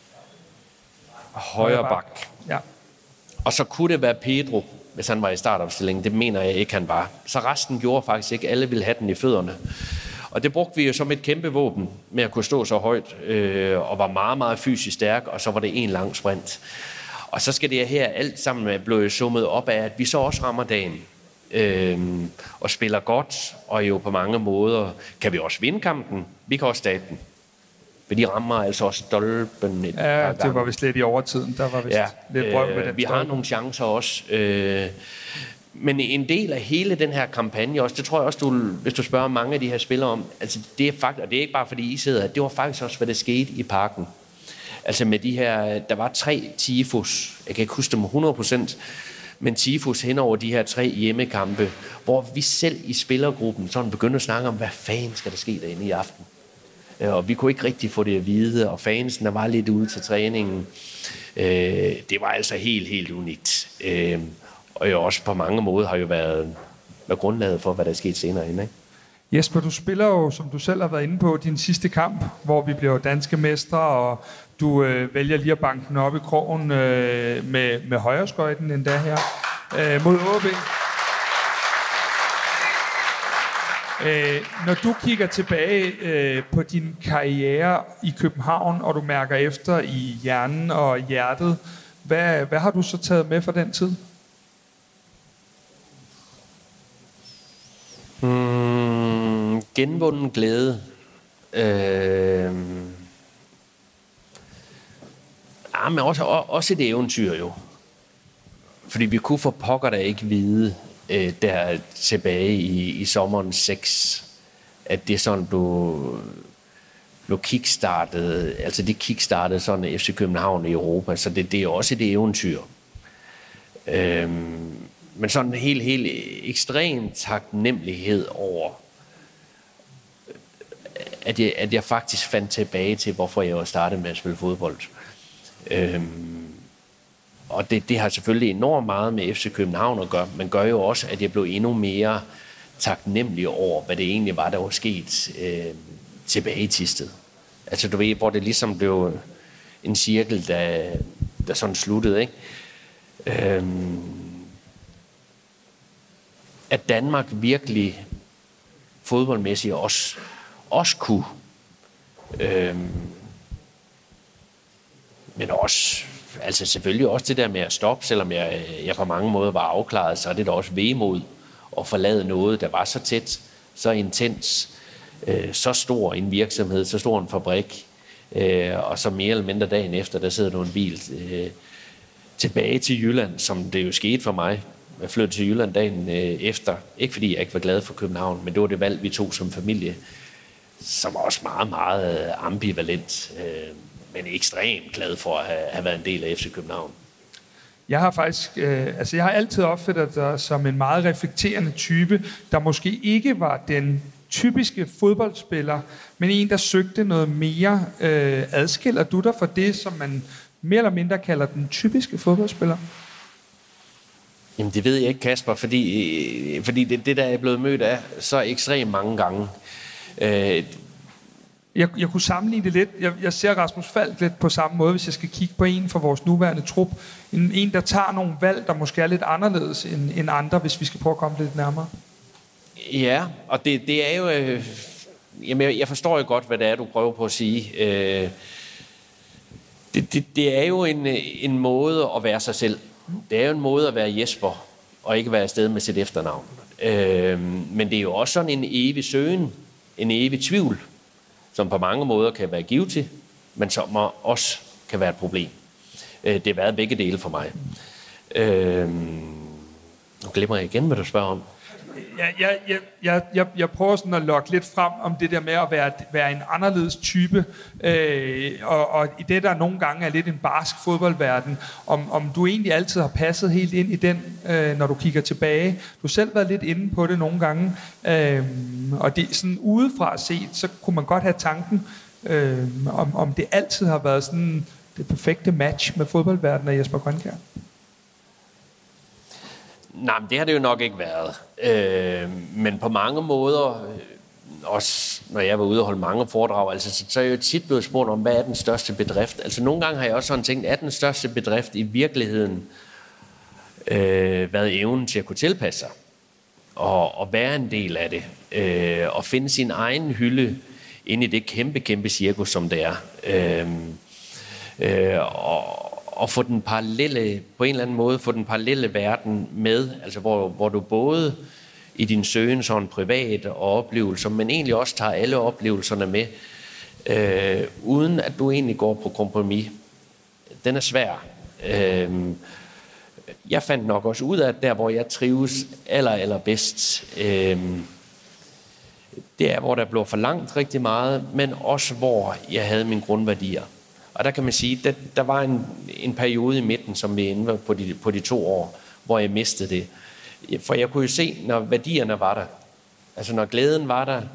højre bak. Ja. Og så kunne det være Pedro, hvis han var i startopstillingen. Det mener jeg ikke, han var. Så resten gjorde faktisk ikke. Alle ville have den i fødderne. Og det brugte vi jo som et kæmpe våben med at kunne stå så højt, og var meget, meget fysisk stærk, og så var det en lang sprint. Og så skal det her alt sammen blive summet op af, at vi så også rammer dagen. Og spiller godt, og jo på mange måder kan vi også vinde kampen. Vi kan også tabe den. For de rammer altså også stolpen et par gange. Det var vist lidt i overtiden. Der var vist lidt brøv med den vi har nogle chancer også. Men en del af hele den her kampagne også, det tror jeg også, hvis du spørger mange af de her spillere om, altså det er faktisk, og det er ikke bare fordi I sidder, det var faktisk også, hvad der skete i parken. Altså med de her, der var 3 tifus, jeg kan ikke huske dem 100%, men tifus hen over de her 3 hjemmekampe, hvor vi selv i spillergruppen sådan begyndte at snakke om, hvad fanden skal der ske derinde i aften. Og vi kunne ikke rigtig få det at vide, og fansen der var lidt ude til træningen. Det var altså helt, helt unikt. Og jo også på mange måder har jo været grundlaget for, hvad der er sket senere hen, ikke? Jesper, du spiller jo, som du selv har været inde på, din sidste kamp, hvor vi bliver danske mestre, og du vælger lige at banke den op i krogen med højreskøjten endda her mod AaB. Når du kigger tilbage på din karriere i København, og du mærker efter i hjernen og hjertet, hvad har du så taget med fra den tid? Genvunden glæde. Men også et eventyr jo. Fordi vi kunne for pokker da ikke vide der tilbage i sommeren 6, at det sådan blev kickstartet. Altså det kickstartede sådan FC København i Europa, så det er også et eventyr. Men sådan en helt ekstrem taknemmelighed over, at jeg faktisk fandt tilbage til, hvorfor jeg var startet med at spille fodbold. Og det har selvfølgelig enormt meget med FC København at gøre, men gør jo også, at jeg blev endnu mere taknemmelig over, hvad det egentlig var, der var sket tilbage i Thisted. Altså du ved, hvor det ligesom blev en cirkel, der sådan sluttede, ikke? At Danmark virkelig fodboldmæssigt også kunne. Men også, altså selvfølgelig også det der med at stoppe, selvom jeg på mange måder var afklaret, så er det da også vemod at forlade noget, der var så tæt, så intens, så stor en virksomhed, så stor en fabrik, og så mere eller mindre dagen efter, der sidder du en bil tilbage til Jylland, som det jo skete for mig. Jeg flyttede til Jylland dagen efter, ikke fordi jeg ikke var glad for København, men det var det valg, vi tog som familie, som var også meget, meget ambivalent, men ekstremt glad for at have været en del af FC København. Jeg har faktisk, jeg har altid opfattet dig som en meget reflekterende type, der måske ikke var den typiske fodboldspiller, men en, der søgte noget mere. Adskiller du dig fra det, som man mere eller mindre kalder den typiske fodboldspiller? Jamen det ved jeg ikke, Kasper, fordi det der er blevet mødt af så ekstremt mange gange. Jeg kunne sammenligne det lidt. Jeg ser Rasmus Falk lidt på samme måde, hvis jeg skal kigge på en fra vores nuværende trup. En, der tager nogle valg, der måske er lidt anderledes end andre, hvis vi skal prøve at komme lidt nærmere. Ja, og det er jo... Jamen, jeg forstår jo godt, hvad det er, du prøver på at sige. Det er jo en måde at være sig selv. Det er jo en måde at være Jesper, og ikke være afsted med sit efternavn. Men det er jo også sådan en evig søgen, en evig tvivl, som på mange måder kan være givtig, men som også kan være et problem. Det har været begge dele for mig. Nu glemmer jeg igen, hvad du spørger om. Jeg prøver sådan at lokke lidt frem om det der med at være en anderledes type, og i det, der nogle gange er lidt en barsk fodboldverden, om du egentlig altid har passet helt ind i den, når du kigger tilbage. Du har selv været lidt inde på det nogle gange, og det sådan udefra set, så kunne man godt have tanken, om det altid har været sådan det perfekte match med fodboldverdenen af Jesper Grønkjær. Nej, men det har det jo nok ikke været. Men på mange måder, også når jeg var ude og holde mange foredrag, altså, så er jeg jo tit blevet spurgt om, hvad er den største bedrift? Altså nogle gange har jeg også sådan tænkt, er den største bedrift i virkeligheden været evnen til at kunne tilpasse sig og være en del af det, og finde sin egen hylde inde i det kæmpe cirkus, som det er. Og få den parallelle, på en eller anden måde, få den parallelle verden med, altså hvor du både i din søgen sådan privat og oplevelser, men egentlig også tager alle oplevelserne med, uden at du egentlig går på kompromis. Den er svær. Jeg fandt nok også ud af, at der, hvor jeg trives allerbedst, det er, hvor der blev for langt rigtig meget, men også hvor jeg havde mine grundværdier. Og der kan man sige, at der var en periode i midten, som vi inde på de 2 år, hvor jeg mistede det. For jeg kunne jo se, når værdierne var der, altså når glæden var der,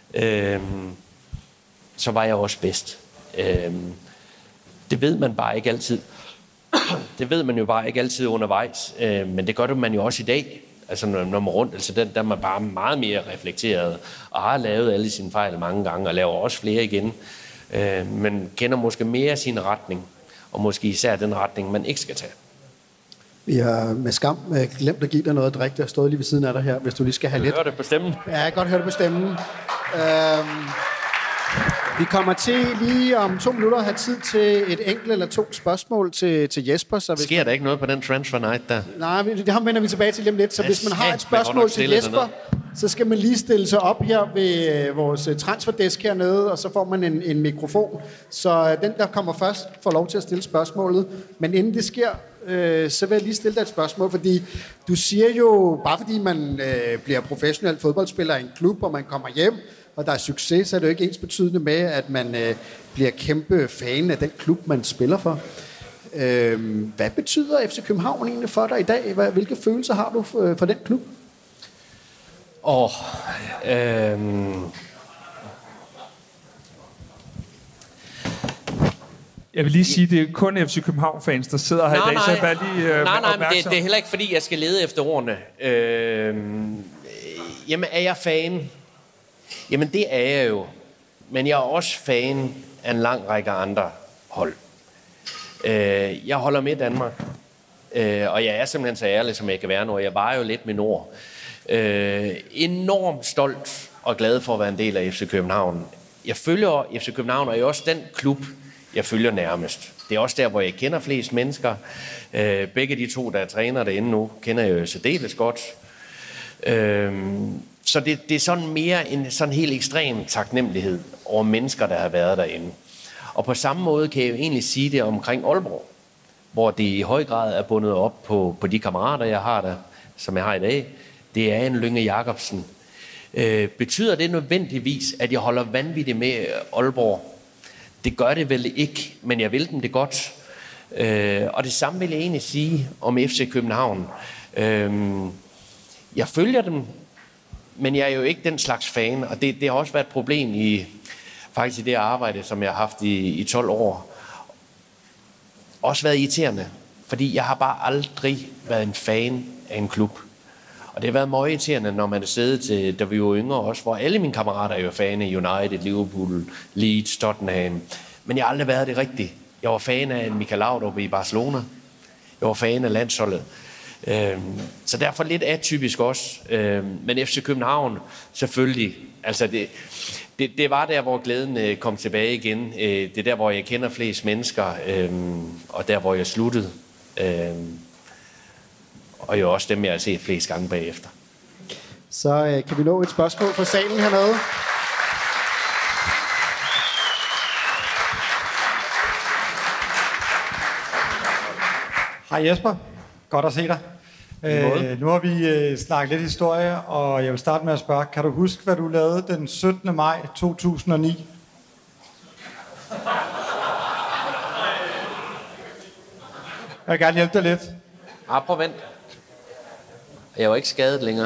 så var jeg også bedst. Det ved man bare ikke altid. Det ved man jo bare ikke altid undervejs, men det gør det man jo også i dag. Altså nummer rundt, altså den, der er man bare meget mere reflekteret, og har lavet alle sine fejl mange gange, og laver også flere igen. Men kender måske mere sin retning, og måske især den retning, man ikke skal tage. Vi har med skam glemt at give dig noget at drikke. Der stod lige ved siden af dig her, hvis du lige skal have lidt. Hører det på stemmen? Ja, jeg kan godt høre det på stemmen. Vi kommer til lige om 2 minutter at have tid til et enkelt eller 2 spørgsmål til Jesper. Så hvis Sker der ikke noget på den transfer night der? Nej, det vender vi tilbage til lige om lidt. Så hvis man har et spørgsmål til Jesper, så skal man lige stille sig op her ved vores transferdesk hernede, og så får man en mikrofon. Så den, der kommer først, får lov til at stille spørgsmålet. Men inden det sker, så vil jeg lige stille dig et spørgsmål, fordi du siger jo, bare fordi man bliver professionel fodboldspiller i en klub, og man kommer hjem, og der er succes, så er det jo ikke ens betydende med, at man bliver kæmpe fan af den klub, man spiller for. Hvad betyder FC København egentlig for dig i dag? Hvilke følelser har du for den klub? Jeg vil lige sige, det er kun FC København-fans, der sidder her i dag, så jeg bare lige nej, men det er heller ikke, fordi jeg skal lede efter ordene. Jamen, er jeg fan? Jamen, det er jeg jo. Men jeg er også fan af en lang række andre hold. Jeg holder med Danmark. Og jeg er simpelthen så ærlig, som jeg kan være nu. Jeg var jo lidt min ord. Enormt stolt og glad for at være en del af FC København. Jeg følger FC København, og er også den klub, jeg følger nærmest. Det er også der, hvor jeg kender flest mennesker. Begge de 2, der er træner derinde nu, kender jeg jo særdeles godt. Så det er sådan mere en sådan helt ekstrem taknemmelighed over mennesker, der har været derinde. Og på samme måde kan jeg jo egentlig sige det omkring Aalborg, hvor det i høj grad er bundet op på de kammerater, jeg har der, som jeg har i dag. Det er en Lynge Jacobsen. Betyder det nødvendigvis, at jeg holder vanvittigt med Aalborg? Det gør det vel ikke, men jeg vil dem det godt. Og det samme vil jeg egentlig sige om FC København. Jeg følger dem, men jeg er jo ikke den slags fan, og det har også været et problem i det arbejde, som jeg har haft i 12 år. Også været irriterende, fordi jeg har bare aldrig været en fan af en klub. Og det har været meget irriterende, når man er siddet til, da vi var yngre også, hvor alle mine kammerater er jo fan af United, Liverpool, Leeds, Tottenham. Men jeg har aldrig været det rigtigt. Jeg var fan af Michael Laudrup i Barcelona. Jeg var fan af landsholdet. Så derfor lidt atypisk også. Men FC København, selvfølgelig. Altså det var der, hvor glæden kom tilbage igen. Det er der, hvor jeg kender flest mennesker, og der, hvor jeg sluttede. Og jo også dem, jeg har set flest gange bagefter. Så kan vi nå et spørgsmål fra salen hernede. Hej Jesper, godt at se dig. Nu har vi snakket lidt historie, og jeg vil starte med at spørge, kan du huske, hvad du lavede den 17. maj 2009? Jeg vil gerne hjælpe dig lidt. Prøv vent. Jeg var ikke skadet længere.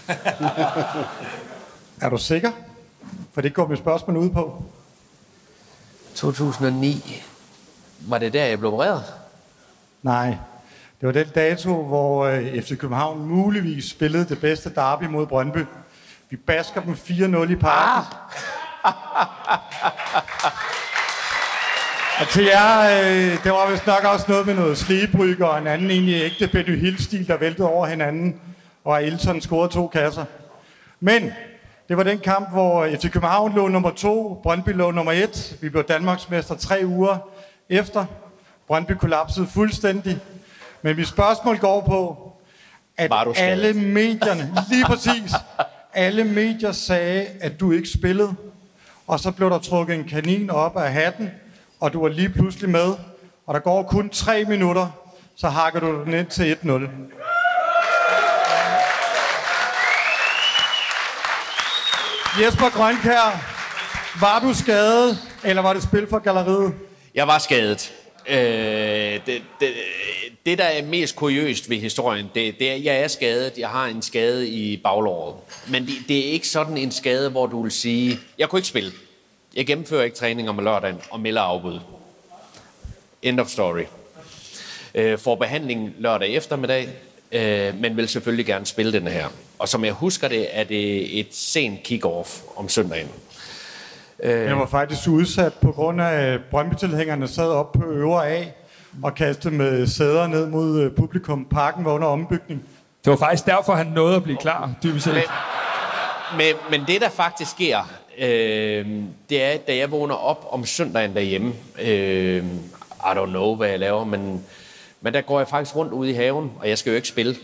Er du sikker? For det går mit spørgsmål ud på. 2009. Var det der, jeg blev opereret? Nej. Det var den dato, hvor FC København muligvis spillede det bedste derby mod Brøndby. Vi basker dem 4-0 i parken. Og til jer, det var vist nok også noget med noget sligebryg og en anden egentlig ægte Benny Hill-stil, der væltede over hinanden, og Ailton scorede 2 kasser. Men det var den kamp, hvor FC København lå nummer 2, Brøndby lå nummer 1. Vi blev Danmarksmester 3 uger efter. Brøndby kollapsede fuldstændig. Men mit spørgsmål går på, at alle medierne, lige præcis, alle medier sagde, at du ikke spillede. Og så blev der trukket en kanin op af hatten, og du var lige pludselig med. Og der går kun 3 minutter, så hakker du den ind til 1-0. Jesper Grønkjær, var du skadet, eller var det spil for galleriet? Jeg var skadet. Det, der er mest kuriøst ved historien, det er, at jeg er skadet. Jeg har en skade i baglåret. Men det er ikke sådan en skade, hvor du vil sige, jeg kunne ikke spille. Jeg gennemfører ikke træning om lørdagen og melder afbud. End of story. For behandling lørdag eftermiddag. men vil selvfølgelig gerne spille den her. Og som jeg husker det, er det et sent kick-off om søndagen. Jeg var faktisk udsat på grund af Brøndby-tilhængerne sad op på øvre A og kastede med sæder ned mod publikum. Parken var under ombygning. Det var faktisk derfor, han nåede at blive klar, dybest set. Men det, der faktisk sker, det er, da jeg vågner op om søndagen derhjemme. I don't know, hvad jeg laver, men der går jeg faktisk rundt ude i haven, og jeg skal jo ikke spille.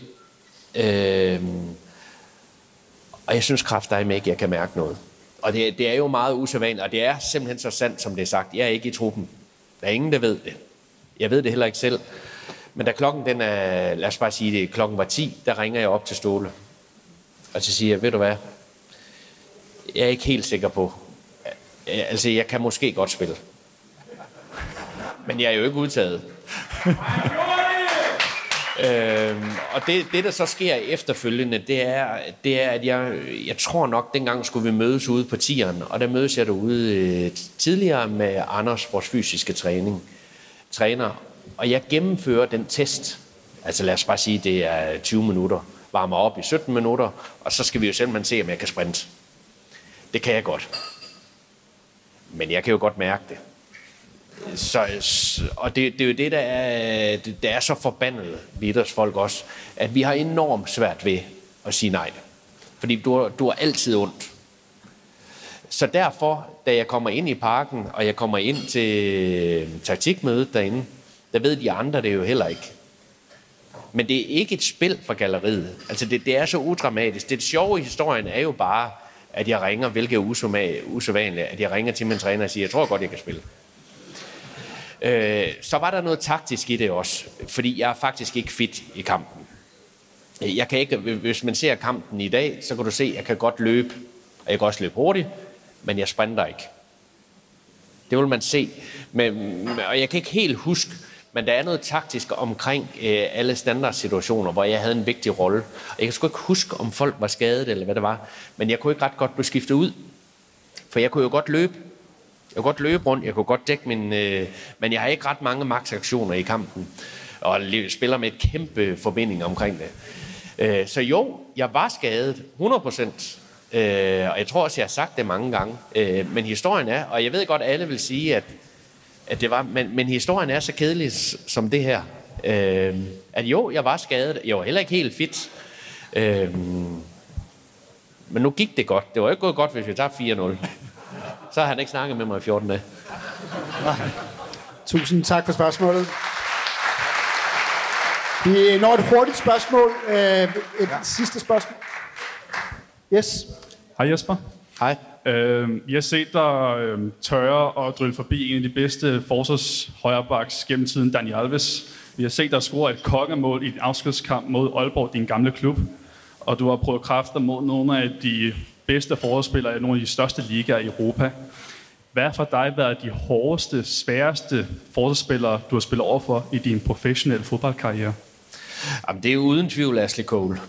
Og jeg synes kraftedeme ikke, jeg kan mærke noget. Og det er jo meget usædvanligt, og det er simpelthen så sandt, som det er sagt. Jeg er ikke i truppen. Der er ingen, der ved det. Jeg ved det heller ikke selv. Men da klokken den er, lad os bare sige det, klokken var 10, der ringer jeg op til Ståle. Og så siger jeg, ved du hvad, jeg er ikke helt sikker på. Altså, jeg kan måske godt spille. Men jeg er jo ikke udtaget. Og det, der så sker efterfølgende, det er at jeg tror nok, dengang skulle vi mødes ude på Tieren, og der mødes jeg derude tidligere med Anders, vores fysiske træner, og jeg gennemfører den test. Altså lad os bare sige, det er 20 minutter, varmer op i 17 minutter, og så skal vi jo simpelthen se, om jeg kan sprinte. Det kan jeg godt. Men jeg kan jo godt mærke det. Og det er jo det, der er så forbandet ved idrætsfolk også, at vi har enormt svært ved at sige nej. Fordi du har altid ondt. Så derfor, da jeg kommer ind i parken, og jeg kommer ind til taktikmødet derinde, der ved de andre det jo heller ikke. Men det er ikke et spil for galleriet. Altså det er så udramatisk. Det sjove i historien er jo bare, at jeg ringer, hvilket er usædvanligt, at jeg ringer til min træner og siger, jeg tror godt, jeg kan spille. Så var der noget taktisk i det også, fordi jeg er faktisk ikke fit i kampen. Jeg kan ikke, hvis man ser kampen i dag, så kan du se, at jeg kan godt løbe, og jeg kan også løbe hurtigt, men jeg sprinter ikke. Det vil man se. Og jeg kan ikke helt huske, men der er noget taktisk omkring alle standardsituationer, hvor jeg havde en vigtig rolle. Og jeg kan sgu ikke huske, om folk var skadet eller hvad det var, men jeg kunne ikke ret godt blive skiftet ud, for jeg kunne jo godt løbe. Jeg kunne godt løbe rundt, jeg kunne godt dække men jeg har ikke ret mange maksaktioner i kampen, og spiller med et kæmpe forbinding omkring det. Så jo, jeg var skadet, 100%, og jeg tror også, jeg har sagt det mange gange, men historien er, og jeg ved godt, alle vil sige, at det var, men historien er så kedelig som det her, at jo, jeg var skadet, jeg var heller ikke helt fit, men nu gik det godt. Det var ikke gået godt, hvis vi tabte 4-0. Så har han ikke snakket med mig i 14 dage. Tusind tak for spørgsmålet. Vi når et hurtigt spørgsmål. Et sidste spørgsmål. Yes. Hej Jesper. Hej. Jeg har set dig tørre og drølle forbi en af de bedste forsvarshøjrebacks gennem tiden, Dani Alves. Vi har set dig score et kongemål i en afskedskamp mod Aalborg, din gamle klub. Og du har prøvet kræfter mod nogle af de bedste forsvarsspillere i nogle af de største ligaer i Europa. Hvad har for dig været de hårdeste, sværeste forsvarsspillere, du har spillet over for i din professionelle fodboldkarriere? Jamen, det er jo uden tvivl Ashley Cole.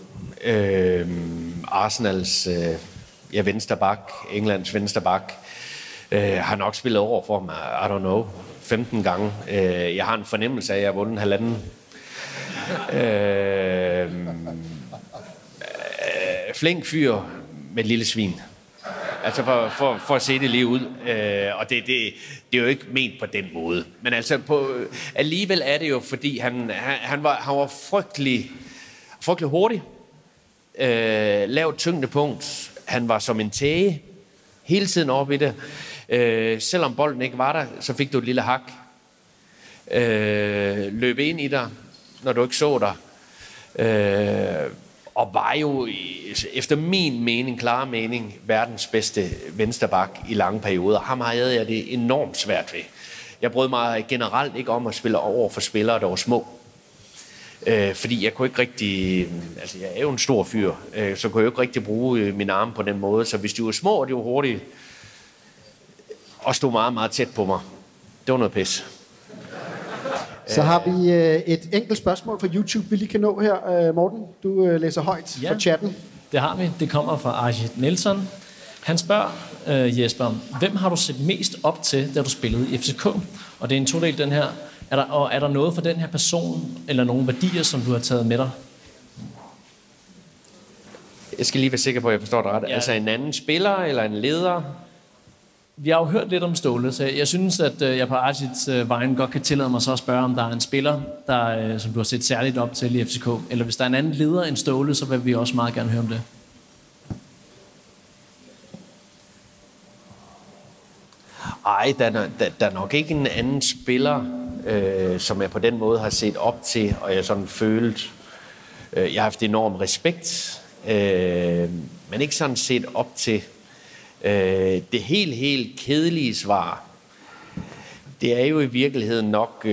Arsenals vensterbak, Englands vensterbak. Har nok spillet over for mig, I don't know, 15 gange. Jeg har en fornemmelse af, at jeg har vundet halvanden. Flink fyr med et lille svin. Altså for at se det lige ud. Og det er jo ikke ment på den måde. Men altså alligevel er det jo, fordi han var frygtelig hurtig. Lavt tyngdepunkt. Han var som en tæge. Hele tiden oppe i det. Selvom bolden ikke var der, så fik du et lille hak. Løb ind i dig, når du ikke så dig. Og var jo, efter min klare mening, verdens bedste vensterbak i lange perioder. Ham havde jeg det enormt svært ved. Jeg brød mig generelt ikke om at spille over for spillere, der var små. Fordi jeg kunne ikke rigtig... Altså, jeg er jo en stor fyr, så kunne jeg jo ikke rigtig bruge mine arme på den måde. Så hvis de var små, og de var hurtige, og stod meget, meget tæt på mig, det var noget pis. Så har vi et enkelt spørgsmål fra YouTube, vi lige kan nå her. Morten, du læser højt fra chatten. Det har vi. Det kommer fra Arjit Nielsen. Han spørger, Jesper, hvem har du set mest op til, da du spillede i FCK? Og det er en todel, den her. Er der noget for den her person, eller nogle værdier, som du har taget med dig? Jeg skal lige være sikker på, at jeg forstår det ret. Ja. Altså en anden spiller eller en leder? Vi har jo hørt lidt om Ståle, så jeg synes, at jeg på Archits vejen godt kan tillade mig så at spørge, om der er en spiller, der, som du har set særligt op til i FCK. Eller hvis der er en anden leder end Ståle, så vil vi også meget gerne høre om det. Ej, der er nok ikke en anden spiller, som jeg på den måde har set op til, og jeg sådan følt, jeg har haft enorm respekt, men ikke sådan set op til. Det helt kedelige svar, det er jo i virkeligheden nok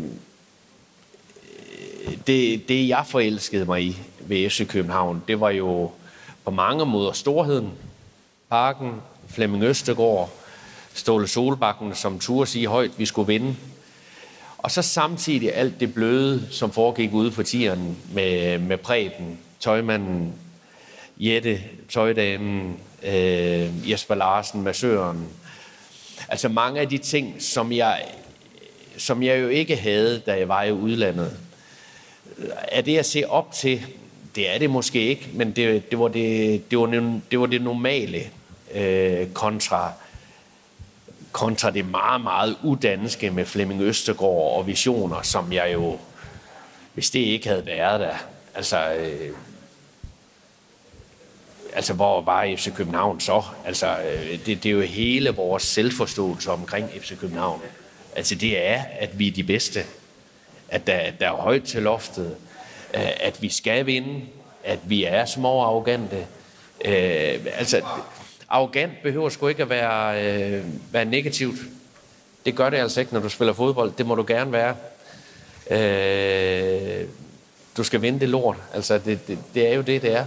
det jeg forelskede mig i ved FC København. Det var jo på mange måder storheden, Parken, Flemming Østergaard, Ståle Solbakken, som turde sige højt, vi skulle vinde. Og så samtidig alt det bløde, som foregik ude på tieren med Preben, tøjmanden, Jette, tøjdamen, Jesper Larsen, massøren. Altså mange af de ting, som jeg jo ikke havde, da jeg var i udlandet. Er det at se op til? Det er det måske ikke, men det var det normale kontra det meget, meget udanske med Flemming Østergaard og visioner, som jeg jo, hvis det ikke havde været der, altså hvor var FC København så? Altså, det er jo hele vores selvforståelse omkring FC København. Altså, det er, at vi er de bedste. At der er højt til loftet. At vi skal vinde. At vi er små og arrogante. Arrogant behøver sgu ikke at være negativt. Det gør det altså ikke, når du spiller fodbold. Det må du gerne være. Du skal vinde det lort. Altså, det er jo det er.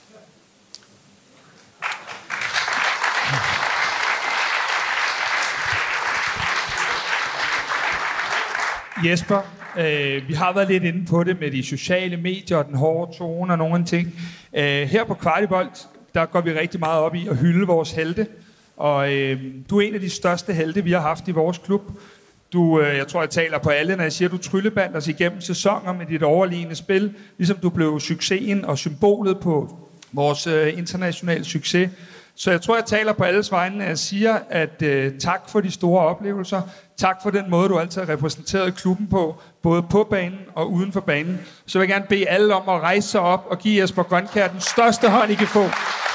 Jesper, vi har været lidt inde på det med de sociale medier og den hårde tone og nogle ting. Her på Kvartibolt, der går vi rigtig meget op i at hylde vores helte. Og du er en af de største helte, vi har haft i vores klub. Jeg tror, jeg taler på alle, når jeg siger, at du tryllebandt os igennem sæsoner med dit overliggende spil. Ligesom du blev succesen og symbolet på vores internationale succes. Så jeg tror, jeg taler på alles vegne, når jeg siger, at tak for de store oplevelser. Tak for den måde, du altid har repræsenteret klubben på, både på banen og uden for banen. Så vil jeg gerne bede alle om at rejse sig op og give Jesper Grønkjær den største hånd, I kan få.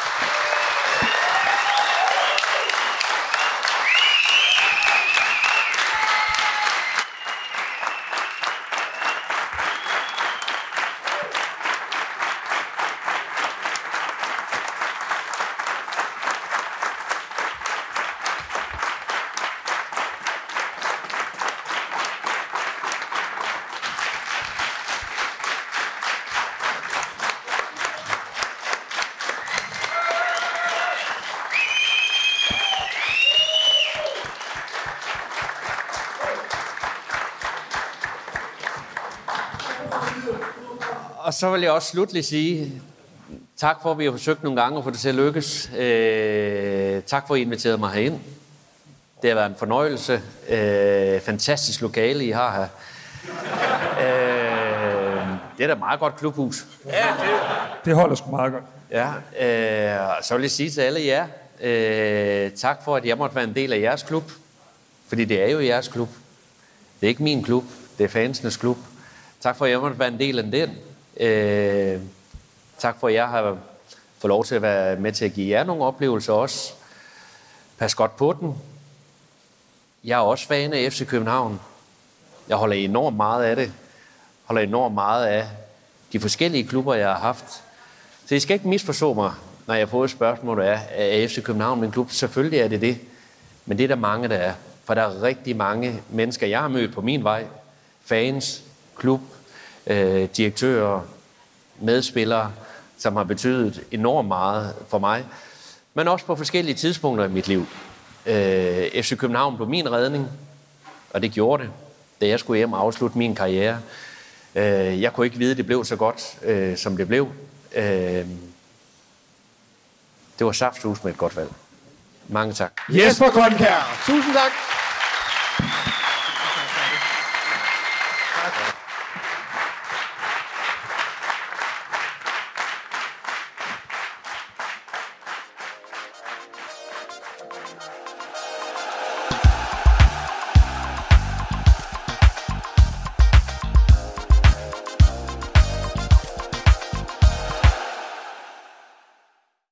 Og så vil jeg også slutligt sige tak for, at vi har forsøgt nogle gange at få det til at lykkes. Tak for, at I inviterede mig herind. Det har været en fornøjelse. Fantastisk lokale, I har her. Det er da et meget godt klubhus. Ja, det holder sgu meget godt. Ja, så vil jeg sige til alle jer, tak for, at jeg måtte være en del af jeres klub. Fordi det er jo jeres klub. Det er ikke min klub, det er fansenes klub. Tak for, at jeg måtte være en del af den. Tak for, at jeg har fået lov til at være med til at give jer nogle oplevelser også. Pas godt på den. Jeg er også fan af FC København. Jeg holder enormt meget af det. Holder enormt meget af de forskellige klubber, jeg har haft. Så I skal ikke misforstå mig, når jeg får et spørgsmål, der er FC København min klub. Selvfølgelig er det det. Men det er der mange, der er. For der er rigtig mange mennesker, jeg har mødt på min vej. Fans, klub, direktører, medspillere, som har betydet enormt meget for mig. Men også på forskellige tidspunkter i mit liv. FC København blev min redning, og det gjorde det, da jeg skulle hjem og afslutte min karriere. Jeg kunne ikke vide, at det blev så godt, som det blev. Det var saftsus med et godt valg. Mange tak. Jesper Grønkjær. Tusind tak.